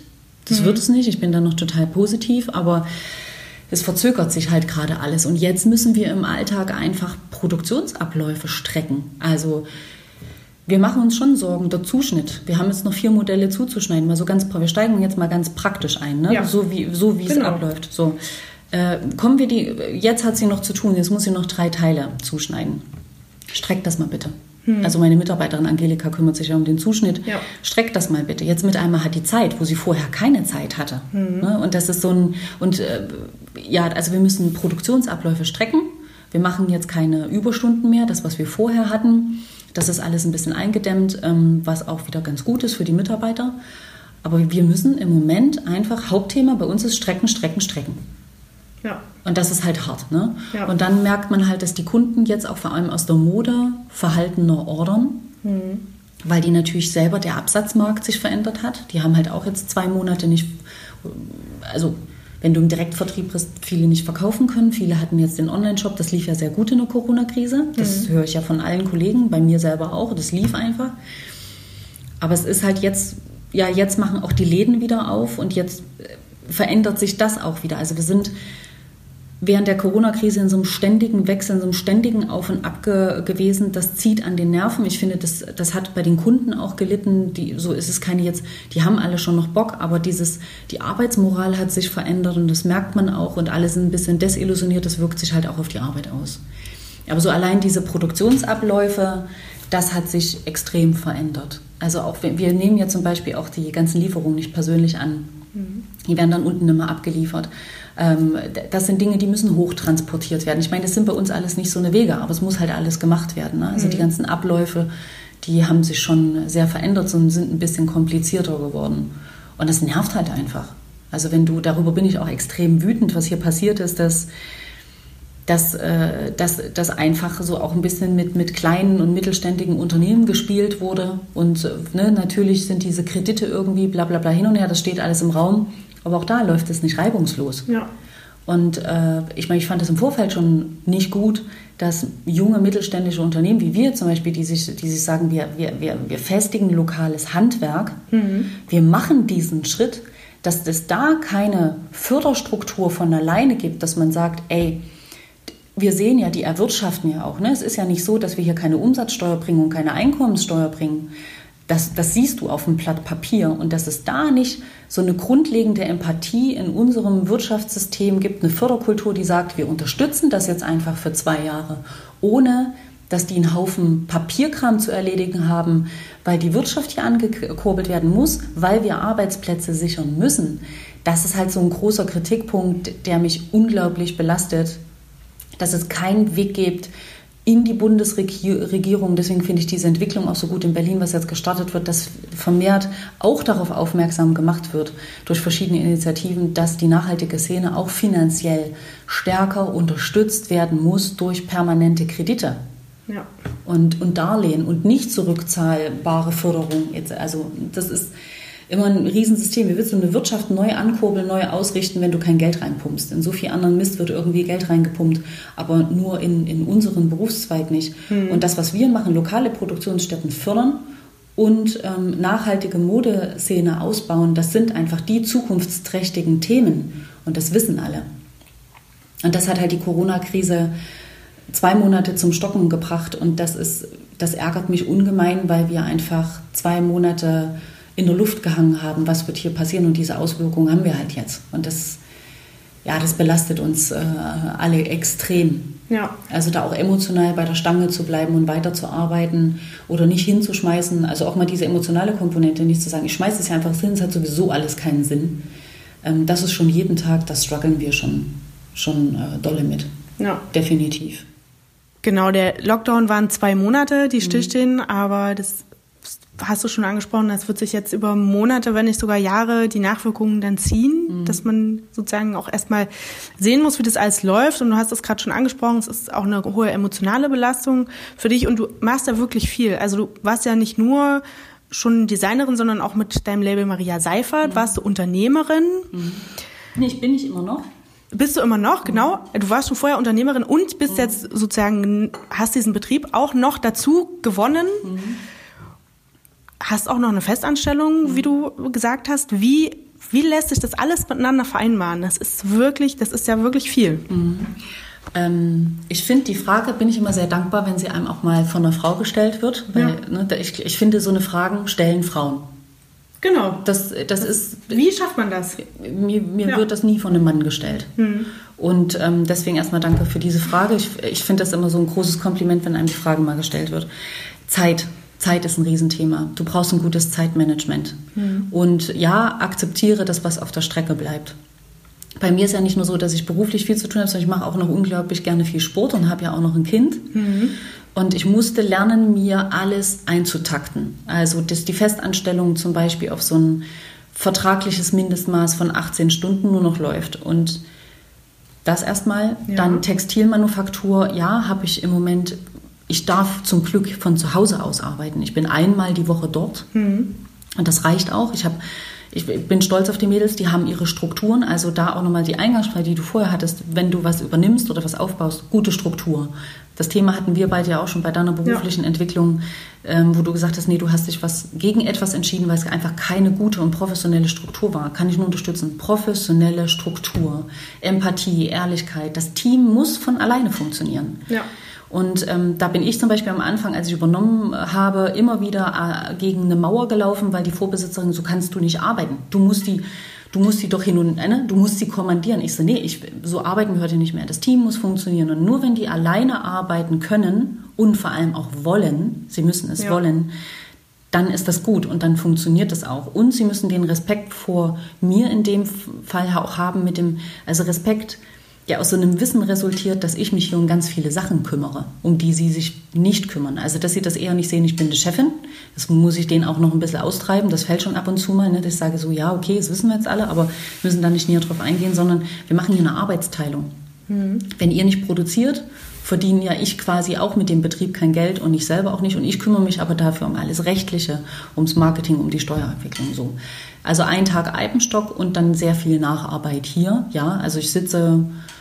Das Mhm. wird es nicht. Ich bin da noch total positiv, aber es verzögert sich halt gerade alles. Und jetzt müssen wir im Alltag einfach Produktionsabläufe strecken. Also wir machen uns schon Sorgen, der Zuschnitt. Wir haben jetzt noch vier Modelle zuzuschneiden. Mal so ganz, wir steigen jetzt mal ganz praktisch ein, ne? Ja. so wie, so wie Genau. es abläuft. So. Äh, kommen wir die, jetzt hat sie noch zu tun, jetzt muss sie noch drei Teile zuschneiden. Streck das mal bitte. Hm. Also meine Mitarbeiterin Angelika kümmert sich ja um den Zuschnitt. Ja. Streck das mal bitte. Jetzt mit einmal hat die Zeit, wo sie vorher keine Zeit hatte. Hm. Ne? Und das ist so ein, und äh, ja, also wir müssen Produktionsabläufe strecken. Wir machen jetzt keine Überstunden mehr, das, was wir vorher hatten. Das ist alles ein bisschen eingedämmt, ähm, was auch wieder ganz gut ist für die Mitarbeiter. Aber wir müssen im Moment einfach, Hauptthema bei uns ist Strecken, Strecken, Strecken. Ja. Und das ist halt hart. Ne? Ja. Und dann merkt man halt, dass die Kunden jetzt auch vor allem aus der Mode verhaltener ordern, Mhm. weil die natürlich selber, der Absatzmarkt sich verändert hat. Die haben halt auch jetzt zwei Monate nicht, also wenn du im Direktvertrieb bist, viele nicht verkaufen können. Viele hatten jetzt den Online-Shop, das lief ja sehr gut in der Corona-Krise. Das mhm. höre ich ja von allen Kollegen, bei mir selber auch. Das lief einfach. Aber es ist halt jetzt, ja, jetzt machen auch die Läden wieder auf und jetzt verändert sich das auch wieder. Also wir sind während der Corona-Krise in so einem ständigen Wechsel, in so einem ständigen Auf und Ab ge- gewesen. Das zieht an den Nerven. Ich finde, das, das hat bei den Kunden auch gelitten. Die, so ist es keine jetzt, die haben alle schon noch Bock, aber dieses, die Arbeitsmoral hat sich verändert und das merkt man auch und alle sind ein bisschen desillusioniert. Das wirkt sich halt auch auf die Arbeit aus. Aber so allein diese Produktionsabläufe, das hat sich extrem verändert. Also auch, wir nehmen ja zum Beispiel auch die ganzen Lieferungen nicht persönlich an. Mhm. Die werden dann unten immer abgeliefert. Das sind Dinge, die müssen hochtransportiert werden. Ich meine, das sind bei uns alles nicht so eine Wege, aber es muss halt alles gemacht werden. Ne? Also mhm. die ganzen Abläufe, die haben sich schon sehr verändert und sind ein bisschen komplizierter geworden. Und das nervt halt einfach. Also wenn du, darüber bin ich auch extrem wütend, was hier passiert ist, dass dass äh, dass, dass einfach so auch ein bisschen mit, mit kleinen und mittelständigen Unternehmen gespielt wurde. Und ne, natürlich sind diese Kredite irgendwie bla bla bla hin und her, das steht alles im Raum. Aber auch da läuft es nicht reibungslos. Ja. Und äh, ich meine, ich fand es im Vorfeld schon nicht gut, dass junge mittelständische Unternehmen wie wir zum Beispiel, die sich, die sich sagen, wir, wir, wir, wir festigen lokales Handwerk, mhm. wir machen diesen Schritt, dass es da keine Förderstruktur von alleine gibt, dass man sagt, ey, wir sehen ja, die erwirtschaften ja auch. Ne? Es ist ja nicht so, dass wir hier keine Umsatzsteuer bringen und keine Einkommenssteuer bringen. Das, das siehst du auf dem Blatt Papier. Und dass es da nicht so eine grundlegende Empathie in unserem Wirtschaftssystem gibt, eine Förderkultur, die sagt, wir unterstützen das jetzt einfach für zwei Jahre, ohne dass die einen Haufen Papierkram zu erledigen haben, weil die Wirtschaft hier angekurbelt werden muss, weil wir Arbeitsplätze sichern müssen. Das ist halt so ein großer Kritikpunkt, der mich unglaublich belastet, dass es keinen Weg gibt in die Bundesregierung. Deswegen finde ich diese Entwicklung auch so gut in Berlin, was jetzt gestartet wird, dass vermehrt auch darauf aufmerksam gemacht wird durch verschiedene Initiativen, dass die nachhaltige Szene auch finanziell stärker unterstützt werden muss durch permanente Kredite. Ja. Und, und Darlehen und nicht zurückzahlbare Förderung. Jetzt, also das ist immer ein Riesensystem. Wie willst du eine Wirtschaft neu ankurbeln, neu ausrichten, wenn du kein Geld reinpumpst? In so viel anderen Mist wird irgendwie Geld reingepumpt, aber nur in, in unseren Berufszweig nicht. Hm. Und das, was wir machen, lokale Produktionsstätten fördern und ähm, nachhaltige Modeszene ausbauen, das sind einfach die zukunftsträchtigen Themen. Und das wissen alle. Und das hat halt die Corona-Krise zwei Monate zum Stocken gebracht. Und das ist, das ärgert mich ungemein, weil wir einfach zwei Monate in der Luft gehangen haben, was wird hier passieren, und diese Auswirkungen haben wir halt jetzt. Und das, ja, das belastet uns äh, alle extrem. Ja. Also da auch emotional bei der Stange zu bleiben und weiterzuarbeiten oder nicht hinzuschmeißen, also auch mal diese emotionale Komponente, nicht zu sagen, ich schmeiße es ja einfach hin, es hat sowieso alles keinen Sinn. Ähm, das ist schon jeden Tag, das strugglen wir schon, schon äh, dolle mit. Ja. Definitiv. Genau, der Lockdown waren zwei Monate, die stillstehen, mhm. aber das hast du schon angesprochen, das wird sich jetzt über Monate, wenn nicht sogar Jahre, die Nachwirkungen dann ziehen, mhm. dass man sozusagen auch erstmal sehen muss, wie das alles läuft. Und du hast das gerade schon angesprochen, es ist auch eine hohe emotionale Belastung für dich und du machst da wirklich viel. Also du warst ja nicht nur schon Designerin, sondern auch mit deinem Label Maria Seifert, mhm. warst du Unternehmerin. Mhm. Nee, ich bin nicht immer noch. Bist du immer noch, genau. Du warst schon vorher Unternehmerin und bist mhm. jetzt sozusagen, hast diesen Betrieb auch noch dazu gewonnen. Mhm. Hast auch noch eine Festanstellung, wie du gesagt hast. Wie Wie lässt sich das alles miteinander vereinbaren? Das ist wirklich, das ist ja wirklich viel. Mhm. Ähm, ich finde, die Frage bin ich immer sehr dankbar, wenn sie einem auch mal von einer Frau gestellt wird. Weil, Ja. ne, ich, ich finde, so eine Fragen stellen Frauen. Genau. Das, das ist, Wie schafft man das? mir mir Ja. wird das nie von einem Mann gestellt. Mhm. Und ähm, deswegen erstmal danke für diese Frage. Ich, ich finde das immer so ein großes Kompliment, wenn einem die Frage mal gestellt wird. Zeit. Zeit ist ein Riesenthema. Du brauchst ein gutes Zeitmanagement. Mhm. Und ja, akzeptiere das, was auf der Strecke bleibt. Bei mir ist ja nicht nur so, dass ich beruflich viel zu tun habe, sondern ich mache auch noch unglaublich gerne viel Sport und habe ja auch noch ein Kind. Mhm. Und ich musste lernen, mir alles einzutakten. Also dass die Festanstellung zum Beispiel auf so ein vertragliches Mindestmaß von achtzehn Stunden nur noch läuft. Und das erstmal. Ja. Dann Textilmanufaktur, ja, habe ich im Moment... Ich darf zum Glück von zu Hause aus arbeiten. Ich bin einmal die Woche dort mhm. und das reicht auch. Ich, hab, ich bin stolz auf die Mädels, die haben ihre Strukturen. Also da auch nochmal die Eingangsfrage, die du vorher hattest, wenn du was übernimmst oder was aufbaust, gute Struktur. Das Thema hatten wir beide ja auch schon bei deiner beruflichen ja. Entwicklung, ähm, wo du gesagt hast, nee, du hast dich was gegen etwas entschieden, weil es einfach keine gute und professionelle Struktur war. Kann ich nur unterstützen. Professionelle Struktur, Empathie, Ehrlichkeit. Das Team muss von alleine funktionieren. Ja. Und ähm, da bin ich zum Beispiel am Anfang, als ich übernommen habe, immer wieder äh, gegen eine Mauer gelaufen, weil die Vorbesitzerin, so kannst du nicht arbeiten. Du musst die, du musst die doch hin und ne? Du musst sie kommandieren. Ich so, nee, ich, so arbeiten wir heute nicht mehr. Das Team muss funktionieren. Und nur wenn die alleine arbeiten können und vor allem auch wollen, sie müssen es ja. wollen, dann ist das gut und dann funktioniert das auch. Und sie müssen den Respekt vor mir in dem Fall auch haben mit dem, also Respekt, ja aus so einem Wissen resultiert, dass ich mich hier um ganz viele Sachen kümmere, um die sie sich nicht kümmern. Also dass sie das eher nicht sehen, ich bin die Chefin, das muss ich denen auch noch ein bisschen austreiben, das fällt schon ab und zu mal, ne? Dass ich sage so, ja okay, das wissen wir jetzt alle, aber müssen da nicht näher drauf eingehen, sondern wir machen hier eine Arbeitsteilung. Mhm. Wenn ihr nicht produziert, verdiene ja ich quasi auch mit dem Betrieb kein Geld und ich selber auch nicht und ich kümmere mich aber dafür um alles Rechtliche, ums Marketing, um die Steuerabwicklung so. Also ein Tag Alpenstock und dann sehr viel Nacharbeit hier, ja, also ich sitze...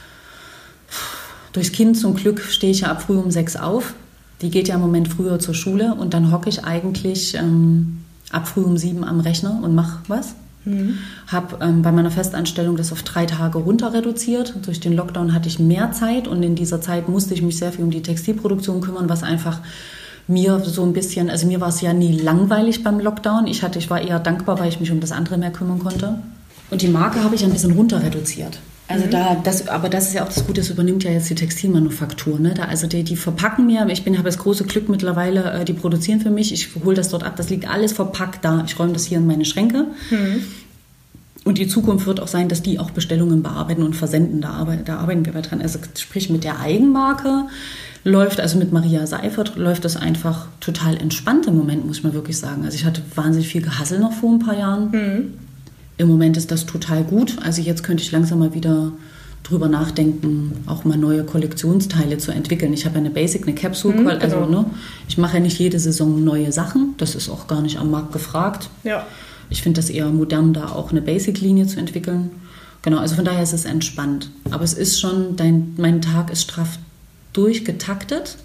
Durchs Kind zum Glück stehe ich ja ab früh um sechs auf. Die geht ja im Moment früher zur Schule und dann hocke ich eigentlich ähm, ab früh um sieben am Rechner und mache was. Mhm. Habe ähm, bei meiner Festanstellung das auf drei Tage runter reduziert. Durch den Lockdown hatte ich mehr Zeit und in dieser Zeit musste ich mich sehr viel um die Textilproduktion kümmern, was einfach mir so ein bisschen, also mir war es ja nie langweilig beim Lockdown. Ich hatte, ich war eher dankbar, weil ich mich um das andere mehr kümmern konnte. Und die Marke habe ich ein bisschen runter reduziert. Also da, das, aber das ist ja auch das Gute, das übernimmt ja jetzt die Textilmanufaktur. Ne? Da, also die, die verpacken mir, ich bin, habe das große Glück mittlerweile, die produzieren für mich, ich hole das dort ab, das liegt alles verpackt da, ich räume das hier in meine Schränke. Mhm. Und die Zukunft wird auch sein, dass die auch Bestellungen bearbeiten und versenden, da, arbeiten, da arbeiten wir dran. Also sprich mit der Eigenmarke läuft, also mit Maria Seifert läuft das einfach total entspannt im Moment, muss ich mal wirklich sagen. Also ich hatte wahnsinnig viel Gehassel noch vor ein paar Jahren. Mhm. Im Moment ist das total gut. Also jetzt könnte ich langsam mal wieder drüber nachdenken, auch mal neue Kollektionsteile zu entwickeln. Ich habe ja eine Basic, eine Capsule, mhm, also genau. ne, ich mache ja nicht jede Saison neue Sachen. Das ist auch gar nicht am Markt gefragt. Ja. Ich finde das eher modern, da auch eine Basic-Linie zu entwickeln. Genau, also von daher ist es entspannt. Aber es ist schon, dein, mein Tag ist straff durchgetaktet.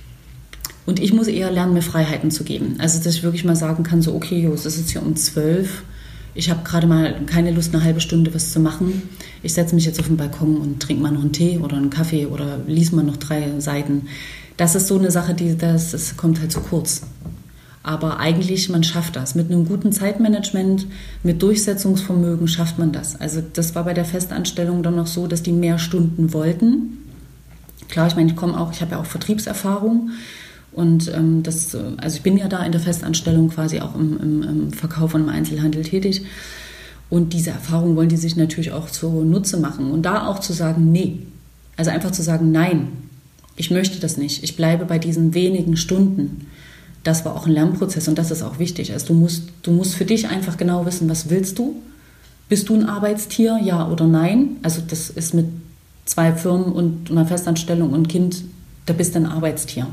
Und ich muss eher lernen, mir Freiheiten zu geben. Also dass ich wirklich mal sagen kann, so okay, jo, es ist jetzt hier um zwölf. Ich habe gerade mal keine Lust, eine halbe Stunde was zu machen. Ich setze mich jetzt auf den Balkon und trinke mal noch einen Tee oder einen Kaffee oder lese mal noch drei Seiten. Das ist so eine Sache, die das, das kommt halt zu kurz. Aber eigentlich, man schafft das. Mit einem guten Zeitmanagement, mit Durchsetzungsvermögen schafft man das. Also das war bei der Festanstellung dann noch so, dass die mehr Stunden wollten. Klar, ich meine, ich komme auch, ich habe ja auch Vertriebserfahrung. Und ähm, das, also ich bin ja da in der Festanstellung quasi auch im, im, im Verkauf und im Einzelhandel tätig. Und diese Erfahrung wollen die sich natürlich auch zunutze machen. Und da auch zu sagen, nee. Also einfach zu sagen, nein, ich möchte das nicht. Ich bleibe bei diesen wenigen Stunden. Das war auch ein Lernprozess und das ist auch wichtig. Also du musst, du musst für dich einfach genau wissen, was willst du? Bist du ein Arbeitstier, ja oder nein? Also das ist mit zwei Firmen und einer Festanstellung und Kind, da bist du ein Arbeitstier.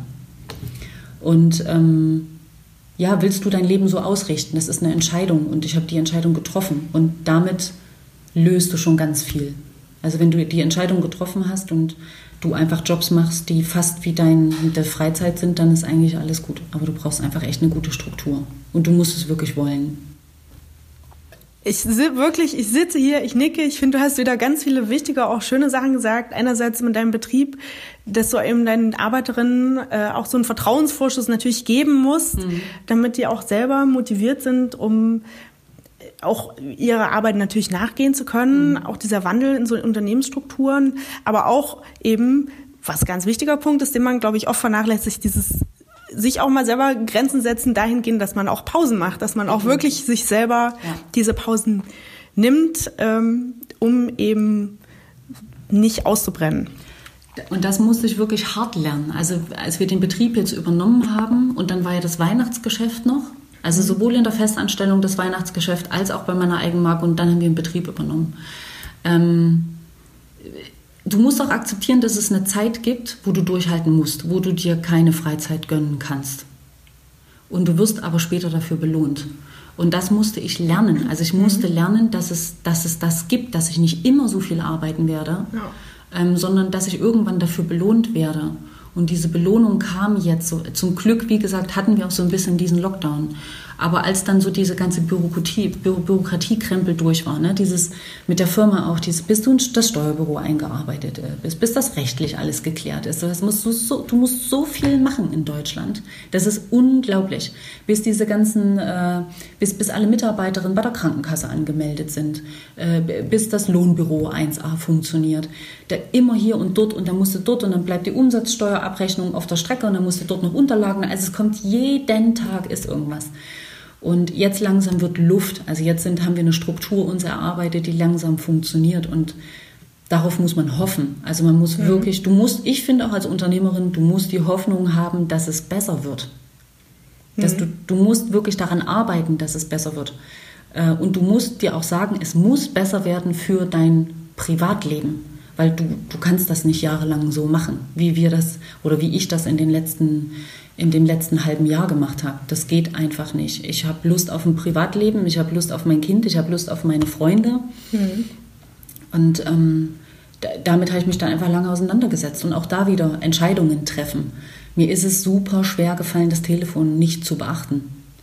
Und ähm, ja, willst du dein Leben so ausrichten? Das ist eine Entscheidung und ich habe die Entscheidung getroffen und damit löst du schon ganz viel. Also wenn du die Entscheidung getroffen hast und du einfach Jobs machst, die fast wie deine Freizeit sind, dann ist eigentlich alles gut. Aber du brauchst einfach echt eine gute Struktur und du musst es wirklich wollen. Ich wirklich, ich sitze hier, ich nicke, ich finde, du hast wieder ganz viele wichtige, auch schöne Sachen gesagt. Einerseits mit deinem Betrieb, dass du eben deinen Arbeiterinnen äh, auch so einen Vertrauensvorschuss natürlich geben musst, mhm. damit die auch selber motiviert sind, um auch ihrer Arbeit natürlich nachgehen zu können, mhm. auch dieser Wandel in so Unternehmensstrukturen, aber auch eben, was ganz wichtiger Punkt ist, den man, glaube ich, oft vernachlässigt, dieses sich auch mal selber Grenzen setzen dahingehend, dass man auch Pausen macht, dass man auch mhm. wirklich sich selber ja. diese Pausen nimmt, ähm, um eben nicht auszubrennen. Und das musste ich wirklich hart lernen. Also als wir den Betrieb jetzt übernommen haben und dann war ja das Weihnachtsgeschäft noch, also sowohl in der Festanstellung das Weihnachtsgeschäft als auch bei meiner Eigenmarke und dann haben wir den Betrieb übernommen. Ähm, Du musst auch akzeptieren, dass es eine Zeit gibt, wo du durchhalten musst, wo du dir keine Freizeit gönnen kannst. Und du wirst aber später dafür belohnt. Und das musste ich lernen. Also ich musste lernen, dass es, dass es das gibt, dass ich nicht immer so viel arbeiten werde, ja. ähm, sondern dass ich irgendwann dafür belohnt werde. Und diese Belohnung kam jetzt so. Zum Glück, wie gesagt, hatten wir auch so ein bisschen diesen Lockdown. Aber als dann so diese ganze Bürokratie, Bü- Bürokratiekrempel durch war, ne, dieses mit der Firma auch, dieses, bis du in das Steuerbüro eingearbeitet bist, bis das rechtlich alles geklärt ist. Das musst du, so, du musst so viel machen in Deutschland. Das ist unglaublich. Bis diese ganzen, äh, bis, bis alle Mitarbeiterinnen bei der Krankenkasse angemeldet sind, äh, bis das Lohnbüro eins a funktioniert. Da immer hier und dort und dann musst du dort und dann bleibt die Umsatzsteuerabrechnung auf der Strecke und dann musst du dort noch Unterlagen. Also es kommt jeden Tag ist irgendwas. Und jetzt langsam wird Luft, also jetzt sind, haben wir eine Struktur uns erarbeitet, die langsam funktioniert und darauf muss man hoffen. Also man muss mhm. wirklich, du musst, ich finde auch als Unternehmerin, du musst die Hoffnung haben, dass es besser wird. Dass mhm. du, du musst wirklich daran arbeiten, dass es besser wird. Und du musst dir auch sagen, es muss besser werden für dein Privatleben, weil du, du kannst das nicht jahrelang so machen, wie wir das oder wie ich das in den letzten in dem letzten halben Jahr gemacht habe. Das geht einfach nicht. Ich habe Lust auf ein Privatleben, ich habe Lust auf mein Kind, ich habe Lust auf meine Freunde. Mhm. Und ähm, d- damit habe ich mich dann einfach lange auseinandergesetzt und auch da wieder Entscheidungen treffen. Mir ist es super schwer gefallen, das Telefon nicht zu beachten.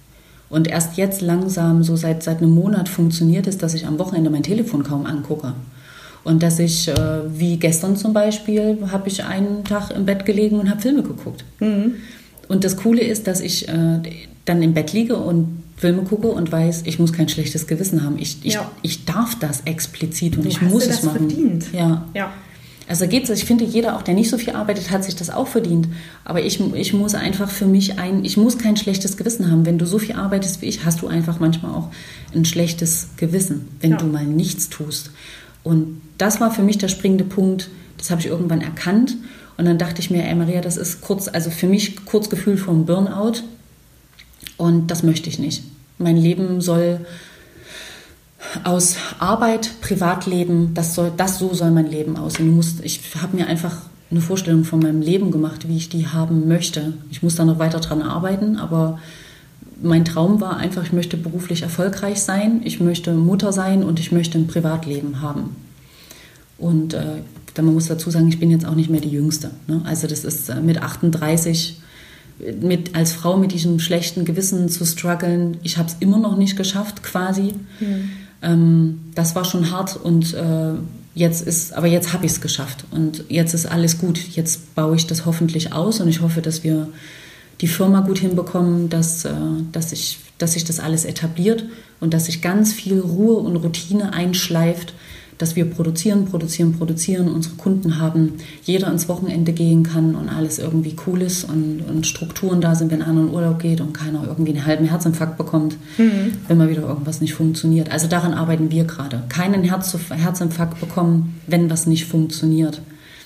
Und erst jetzt langsam, so seit, seit einem Monat funktioniert es, dass ich am Wochenende mein Telefon kaum angucke. Und dass ich, äh, wie gestern zum Beispiel, habe ich einen Tag im Bett gelegen und habe Filme geguckt. Mhm. Und das Coole ist, dass ich äh, dann im Bett liege und Filme gucke und weiß, ich muss kein schlechtes Gewissen haben. Ich, ich, ja. ich darf das explizit und du ich hast muss dir das es machen. Verdient. Ja. ja. Also geht's. Ich finde, jeder, auch der nicht so viel arbeitet, hat sich das auch verdient. Aber ich, ich muss einfach für mich ein, ich muss kein schlechtes Gewissen haben. Wenn du so viel arbeitest wie ich, hast du einfach manchmal auch ein schlechtes Gewissen, wenn ja. du mal nichts tust. Und das war für mich der springende Punkt. Das habe ich irgendwann erkannt. Und dann dachte ich mir, ey Maria, das ist kurz, also für mich kurz Gefühl vom Burnout und das möchte ich nicht. Mein Leben soll aus Arbeit, Privatleben, das soll, das so soll mein Leben aussehen. Ich habe mir einfach eine Vorstellung von meinem Leben gemacht, wie ich die haben möchte. Ich muss da noch weiter dran arbeiten, aber mein Traum war einfach, ich möchte beruflich erfolgreich sein, ich möchte Mutter sein und ich möchte ein Privatleben haben. Und äh, man muss dazu sagen, ich bin jetzt auch nicht mehr die Jüngste. Ne? Also das ist äh, mit achtunddreißig, mit, als Frau mit diesem schlechten Gewissen zu strugglen. Ich habe es immer noch nicht geschafft, quasi. Mhm. Ähm, das war schon hart und äh, jetzt ist, aber jetzt habe ich es geschafft. Und jetzt ist alles gut. Jetzt baue ich das hoffentlich aus und ich hoffe, dass wir die Firma gut hinbekommen, dass, äh, dass, ich, dass sich das alles etabliert und dass sich ganz viel Ruhe und Routine einschleift, dass wir produzieren, produzieren, produzieren, unsere Kunden haben, jeder ins Wochenende gehen kann und alles irgendwie cool ist und, und Strukturen da sind, wenn einer in Urlaub geht und keiner irgendwie einen halben Herzinfarkt bekommt, mhm. wenn mal wieder irgendwas nicht funktioniert. Also daran arbeiten wir gerade. Keinen Herz, Herzinfarkt bekommen, wenn was nicht funktioniert.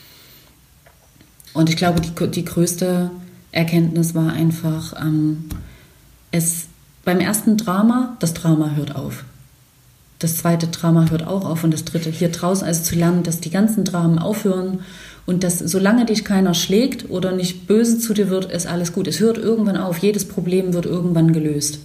Und ich glaube, die, die größte Erkenntnis war einfach, ähm, es beim ersten Drama, das Drama hört auf. Das zweite Drama hört auch auf und das dritte hier draußen, also zu lernen, dass die ganzen Dramen aufhören und dass solange dich keiner schlägt oder nicht böse zu dir wird, ist alles gut. Es hört irgendwann auf, jedes Problem wird irgendwann gelöst.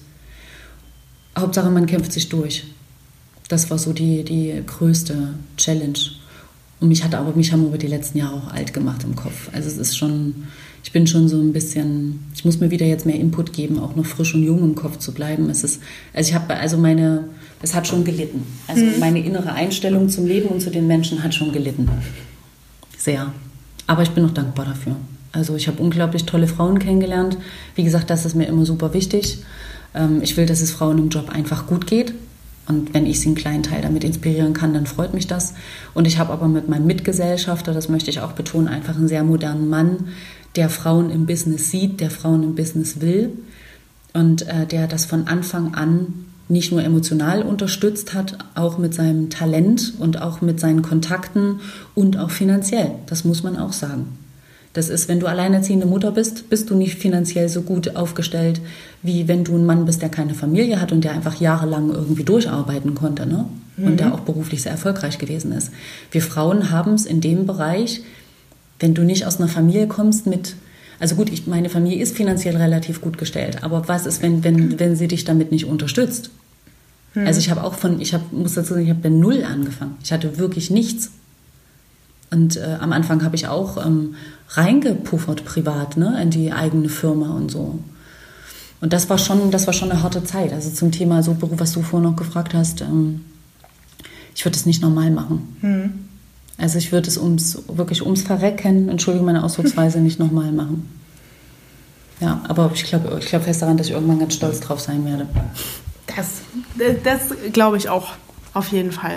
Hauptsache, man kämpft sich durch. Das war so die, die größte Challenge. Und mich hat aber, mich haben aber die letzten Jahre auch alt gemacht im Kopf. Also es ist schon, ich bin schon so ein bisschen, ich muss mir wieder jetzt mehr Input geben, auch noch frisch und jung im Kopf zu bleiben. Es ist, also ich habe, also meine, es hat schon gelitten. Also mhm. meine innere Einstellung zum Leben und zu den Menschen hat schon gelitten. Sehr. Aber ich bin auch dankbar dafür. Also ich habe unglaublich tolle Frauen kennengelernt. Wie gesagt, das ist mir immer super wichtig. Ich will, dass es Frauen im Job einfach gut geht. Und wenn ich sie einen kleinen Teil damit inspirieren kann, dann freut mich das. Und ich habe aber mit meinem Mitgesellschafter, das möchte ich auch betonen, einfach einen sehr modernen Mann, der Frauen im Business sieht, der Frauen im Business will und äh, der das von Anfang an nicht nur emotional unterstützt hat, auch mit seinem Talent und auch mit seinen Kontakten und auch finanziell. Das muss man auch sagen. Das ist, wenn du alleinerziehende Mutter bist, bist du nicht finanziell so gut aufgestellt, wie wenn du ein Mann bist, der keine Familie hat und der einfach jahrelang irgendwie durcharbeiten konnte, ne? Mhm. Und der auch beruflich sehr erfolgreich gewesen ist. Wir Frauen haben es in dem Bereich, wenn du nicht aus einer Familie kommst mit, also gut, ich, meine Familie ist finanziell relativ gut gestellt, aber was ist, wenn, wenn, wenn sie dich damit nicht unterstützt? Mhm. Also ich habe auch von, ich hab, muss dazu sagen, ich habe bei Null angefangen. Ich hatte wirklich nichts. Und äh, am Anfang habe ich auch ähm, reingepuffert privat, ne, in die eigene Firma und so. Und das war schon, das war schon eine harte Zeit. Also zum Thema so Beruf, was du vorhin noch gefragt hast, ähm, ich würde es nicht normal machen. Hm. Also ich würde es ums, wirklich ums Verrecken, entschuldige meine Ausdrucksweise, nicht nochmal machen. Ja, aber ich glaube ich glaub fest daran, dass ich irgendwann ganz stolz drauf sein werde. Das, das glaube ich auch, auf jeden Fall.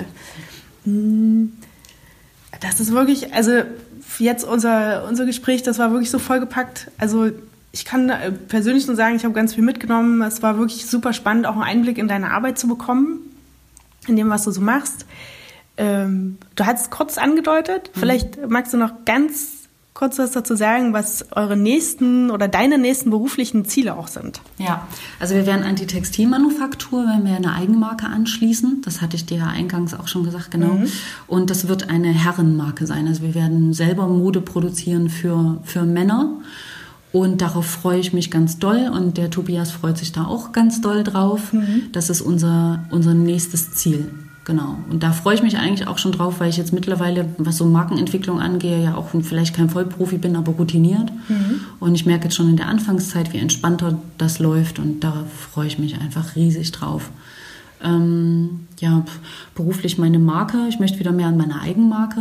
Das ist wirklich, also jetzt unser, unser Gespräch, das war wirklich so vollgepackt. Also ich kann persönlich nur sagen, ich habe ganz viel mitgenommen. Es war wirklich super spannend, auch einen Einblick in deine Arbeit zu bekommen, in dem, was du so machst. Ähm, du hast es kurz angedeutet. Mhm. Vielleicht magst du noch ganz kurz was dazu sagen, was eure nächsten oder deine nächsten beruflichen Ziele auch sind. Ja, also wir werden an die Textilmanufaktur, wenn wir eine Eigenmarke anschließen. Das hatte ich dir ja eingangs auch schon gesagt, genau. Mhm. Und das wird eine Herrenmarke sein. Also wir werden selber Mode produzieren für, für Männer. Und darauf freue ich mich ganz doll. Und der Tobias freut sich da auch ganz doll drauf. Mhm. Das ist unser, unser nächstes Ziel. Genau. Und da freue ich mich eigentlich auch schon drauf, weil ich jetzt mittlerweile, was so Markenentwicklung angehe, ja auch vielleicht kein Vollprofi bin, aber routiniert. Mhm. Und ich merke jetzt schon in der Anfangszeit, wie entspannter das läuft. Und da freue ich mich einfach riesig drauf. Ähm, ja, beruflich meine Marke. Ich möchte wieder mehr an meiner Eigenmarke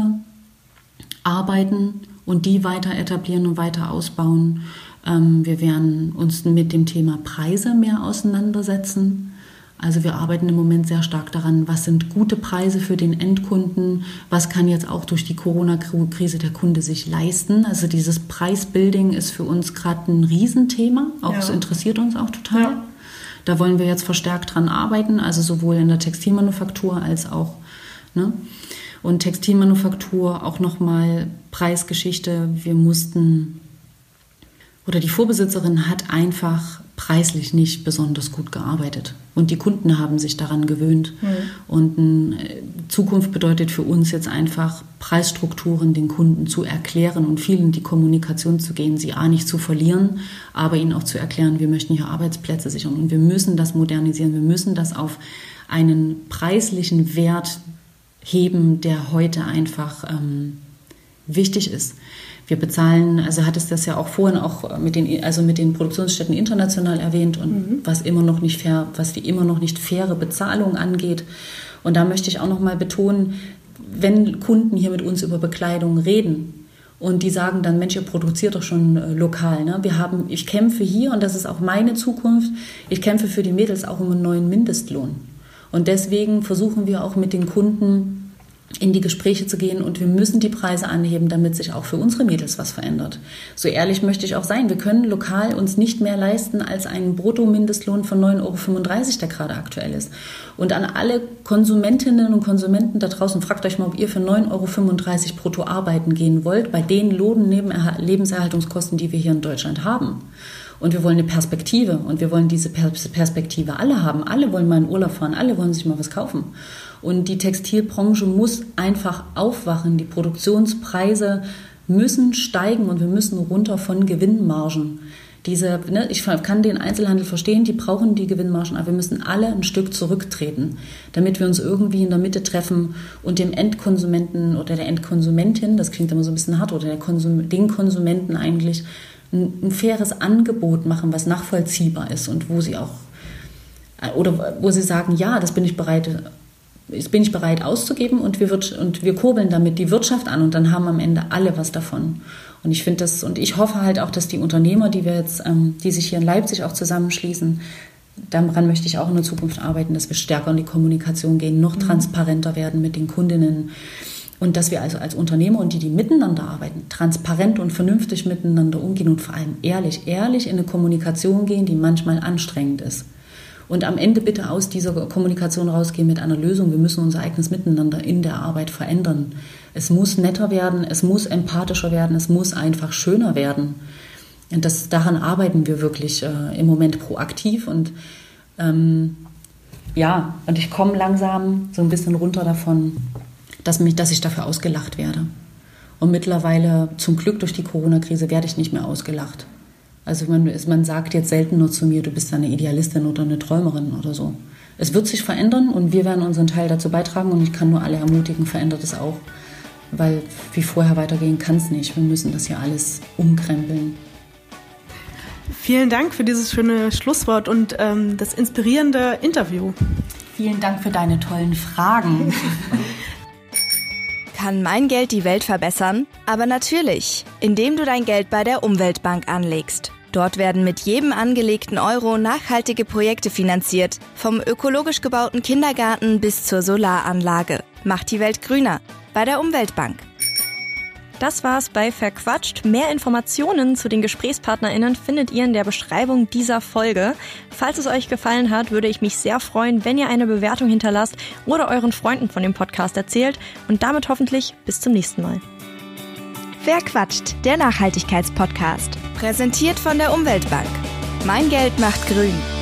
arbeiten und die weiter etablieren und weiter ausbauen. Ähm, wir werden uns mit dem Thema Preise mehr auseinandersetzen. Also wir arbeiten im Moment sehr stark daran, was sind gute Preise für den Endkunden, was kann jetzt auch durch die Corona-Krise der Kunde sich leisten. Also dieses Preisbuilding ist für uns gerade ein Riesenthema, auch ja. Es interessiert uns auch total. Ja. Da wollen wir jetzt verstärkt dran arbeiten, also sowohl in der Textilmanufaktur als auch, ne? Und Textilmanufaktur auch nochmal Preisgeschichte, wir mussten, oder die Vorbesitzerin hat einfach preislich nicht besonders gut gearbeitet. Und die Kunden haben sich daran gewöhnt. Mhm. Und äh, Zukunft bedeutet für uns jetzt einfach, Preisstrukturen den Kunden zu erklären und viel in die Kommunikation zu gehen, sie A nicht zu verlieren, aber ihnen auch zu erklären, wir möchten hier Arbeitsplätze sichern. Und wir müssen das modernisieren, wir müssen das auf einen preislichen Wert heben, der heute einfach ähm, wichtig ist. Wir bezahlen, also hattest das ja auch vorhin auch mit den, also mit den Produktionsstätten international erwähnt und mhm. was immer noch nicht fair, was die immer noch nicht faire Bezahlung angeht. Und da möchte ich auch noch mal betonen, wenn Kunden hier mit uns über Bekleidung reden und die sagen dann, Mensch, ihr produziert doch schon äh, lokal. Ne? Wir haben, ich kämpfe hier und das ist auch meine Zukunft. Ich kämpfe für die Mädels auch um einen neuen Mindestlohn. Und deswegen versuchen wir auch mit den Kunden in die Gespräche zu gehen und wir müssen die Preise anheben, damit sich auch für unsere Mädels was verändert. So ehrlich möchte ich auch sein, wir können lokal uns nicht mehr leisten als einen Bruttomindestlohn von neun Euro fünfunddreißig, der gerade aktuell ist. Und an alle Konsumentinnen und Konsumenten da draußen, fragt euch mal, ob ihr für neun Euro fünfunddreißig brutto arbeiten gehen wollt, bei den Lohnlebenserhaltungskosten, die wir hier in Deutschland haben. Und wir wollen eine Perspektive und wir wollen diese Perspektive alle haben. Alle wollen mal in Urlaub fahren, alle wollen sich mal was kaufen. Und die Textilbranche muss einfach aufwachen. Die Produktionspreise müssen steigen und wir müssen runter von Gewinnmargen. Diese, ne, ich kann den Einzelhandel verstehen, die brauchen die Gewinnmargen, aber wir müssen alle ein Stück zurücktreten, damit wir uns irgendwie in der Mitte treffen und dem Endkonsumenten oder der Endkonsumentin, das klingt immer so ein bisschen hart, oder der Konsum, den Konsumenten eigentlich ein, ein faires Angebot machen, was nachvollziehbar ist und wo sie auch, oder wo sie sagen, ja, das bin ich bereit, das bin ich bereit auszugeben und wir, wird, und wir kurbeln damit die Wirtschaft an und dann haben am Ende alle was davon. Und ich finde das, und ich hoffe halt auch, dass die Unternehmer, die wir jetzt, ähm, die sich hier in Leipzig auch zusammenschließen, daran möchte ich auch in der Zukunft arbeiten, dass wir stärker in die Kommunikation gehen, noch transparenter werden mit den Kundinnen und dass wir also als Unternehmer und die, die miteinander arbeiten, transparent und vernünftig miteinander umgehen und vor allem ehrlich, ehrlich in eine Kommunikation gehen, die manchmal anstrengend ist. Und am Ende bitte aus dieser Kommunikation rausgehen mit einer Lösung. Wir müssen unser eigenes Miteinander in der Arbeit verändern. Es muss netter werden, es muss empathischer werden, es muss einfach schöner werden. Und das, daran arbeiten wir wirklich äh, im Moment proaktiv. Und ähm, ja, und ich komme langsam so ein bisschen runter davon, dass, mich, dass ich dafür ausgelacht werde. Und mittlerweile, zum Glück durch die Corona-Krise, werde ich nicht mehr ausgelacht. Also man, man sagt jetzt selten nur zu mir, du bist eine Idealistin oder eine Träumerin oder so. Es wird sich verändern und wir werden unseren Teil dazu beitragen und ich kann nur alle ermutigen, verändert es auch. Weil wie vorher weitergehen kann es nicht. Wir müssen das hier alles umkrempeln. Vielen Dank für dieses schöne Schlusswort und ähm, das inspirierende Interview. Vielen Dank für deine tollen Fragen. Kann mein Geld die Welt verbessern? Aber natürlich, indem du dein Geld bei der Umweltbank anlegst. Dort werden mit jedem angelegten Euro nachhaltige Projekte finanziert, vom ökologisch gebauten Kindergarten bis zur Solaranlage. Macht die Welt grüner bei der Umweltbank. Das war's bei Verquatscht. Mehr Informationen zu den GesprächspartnerInnen findet ihr in der Beschreibung dieser Folge. Falls es euch gefallen hat, würde ich mich sehr freuen, wenn ihr eine Bewertung hinterlasst oder euren Freunden von dem Podcast erzählt. Und damit hoffentlich bis zum nächsten Mal. Verquatscht, der Nachhaltigkeitspodcast. Präsentiert von der Umweltbank. Mein Geld macht grün.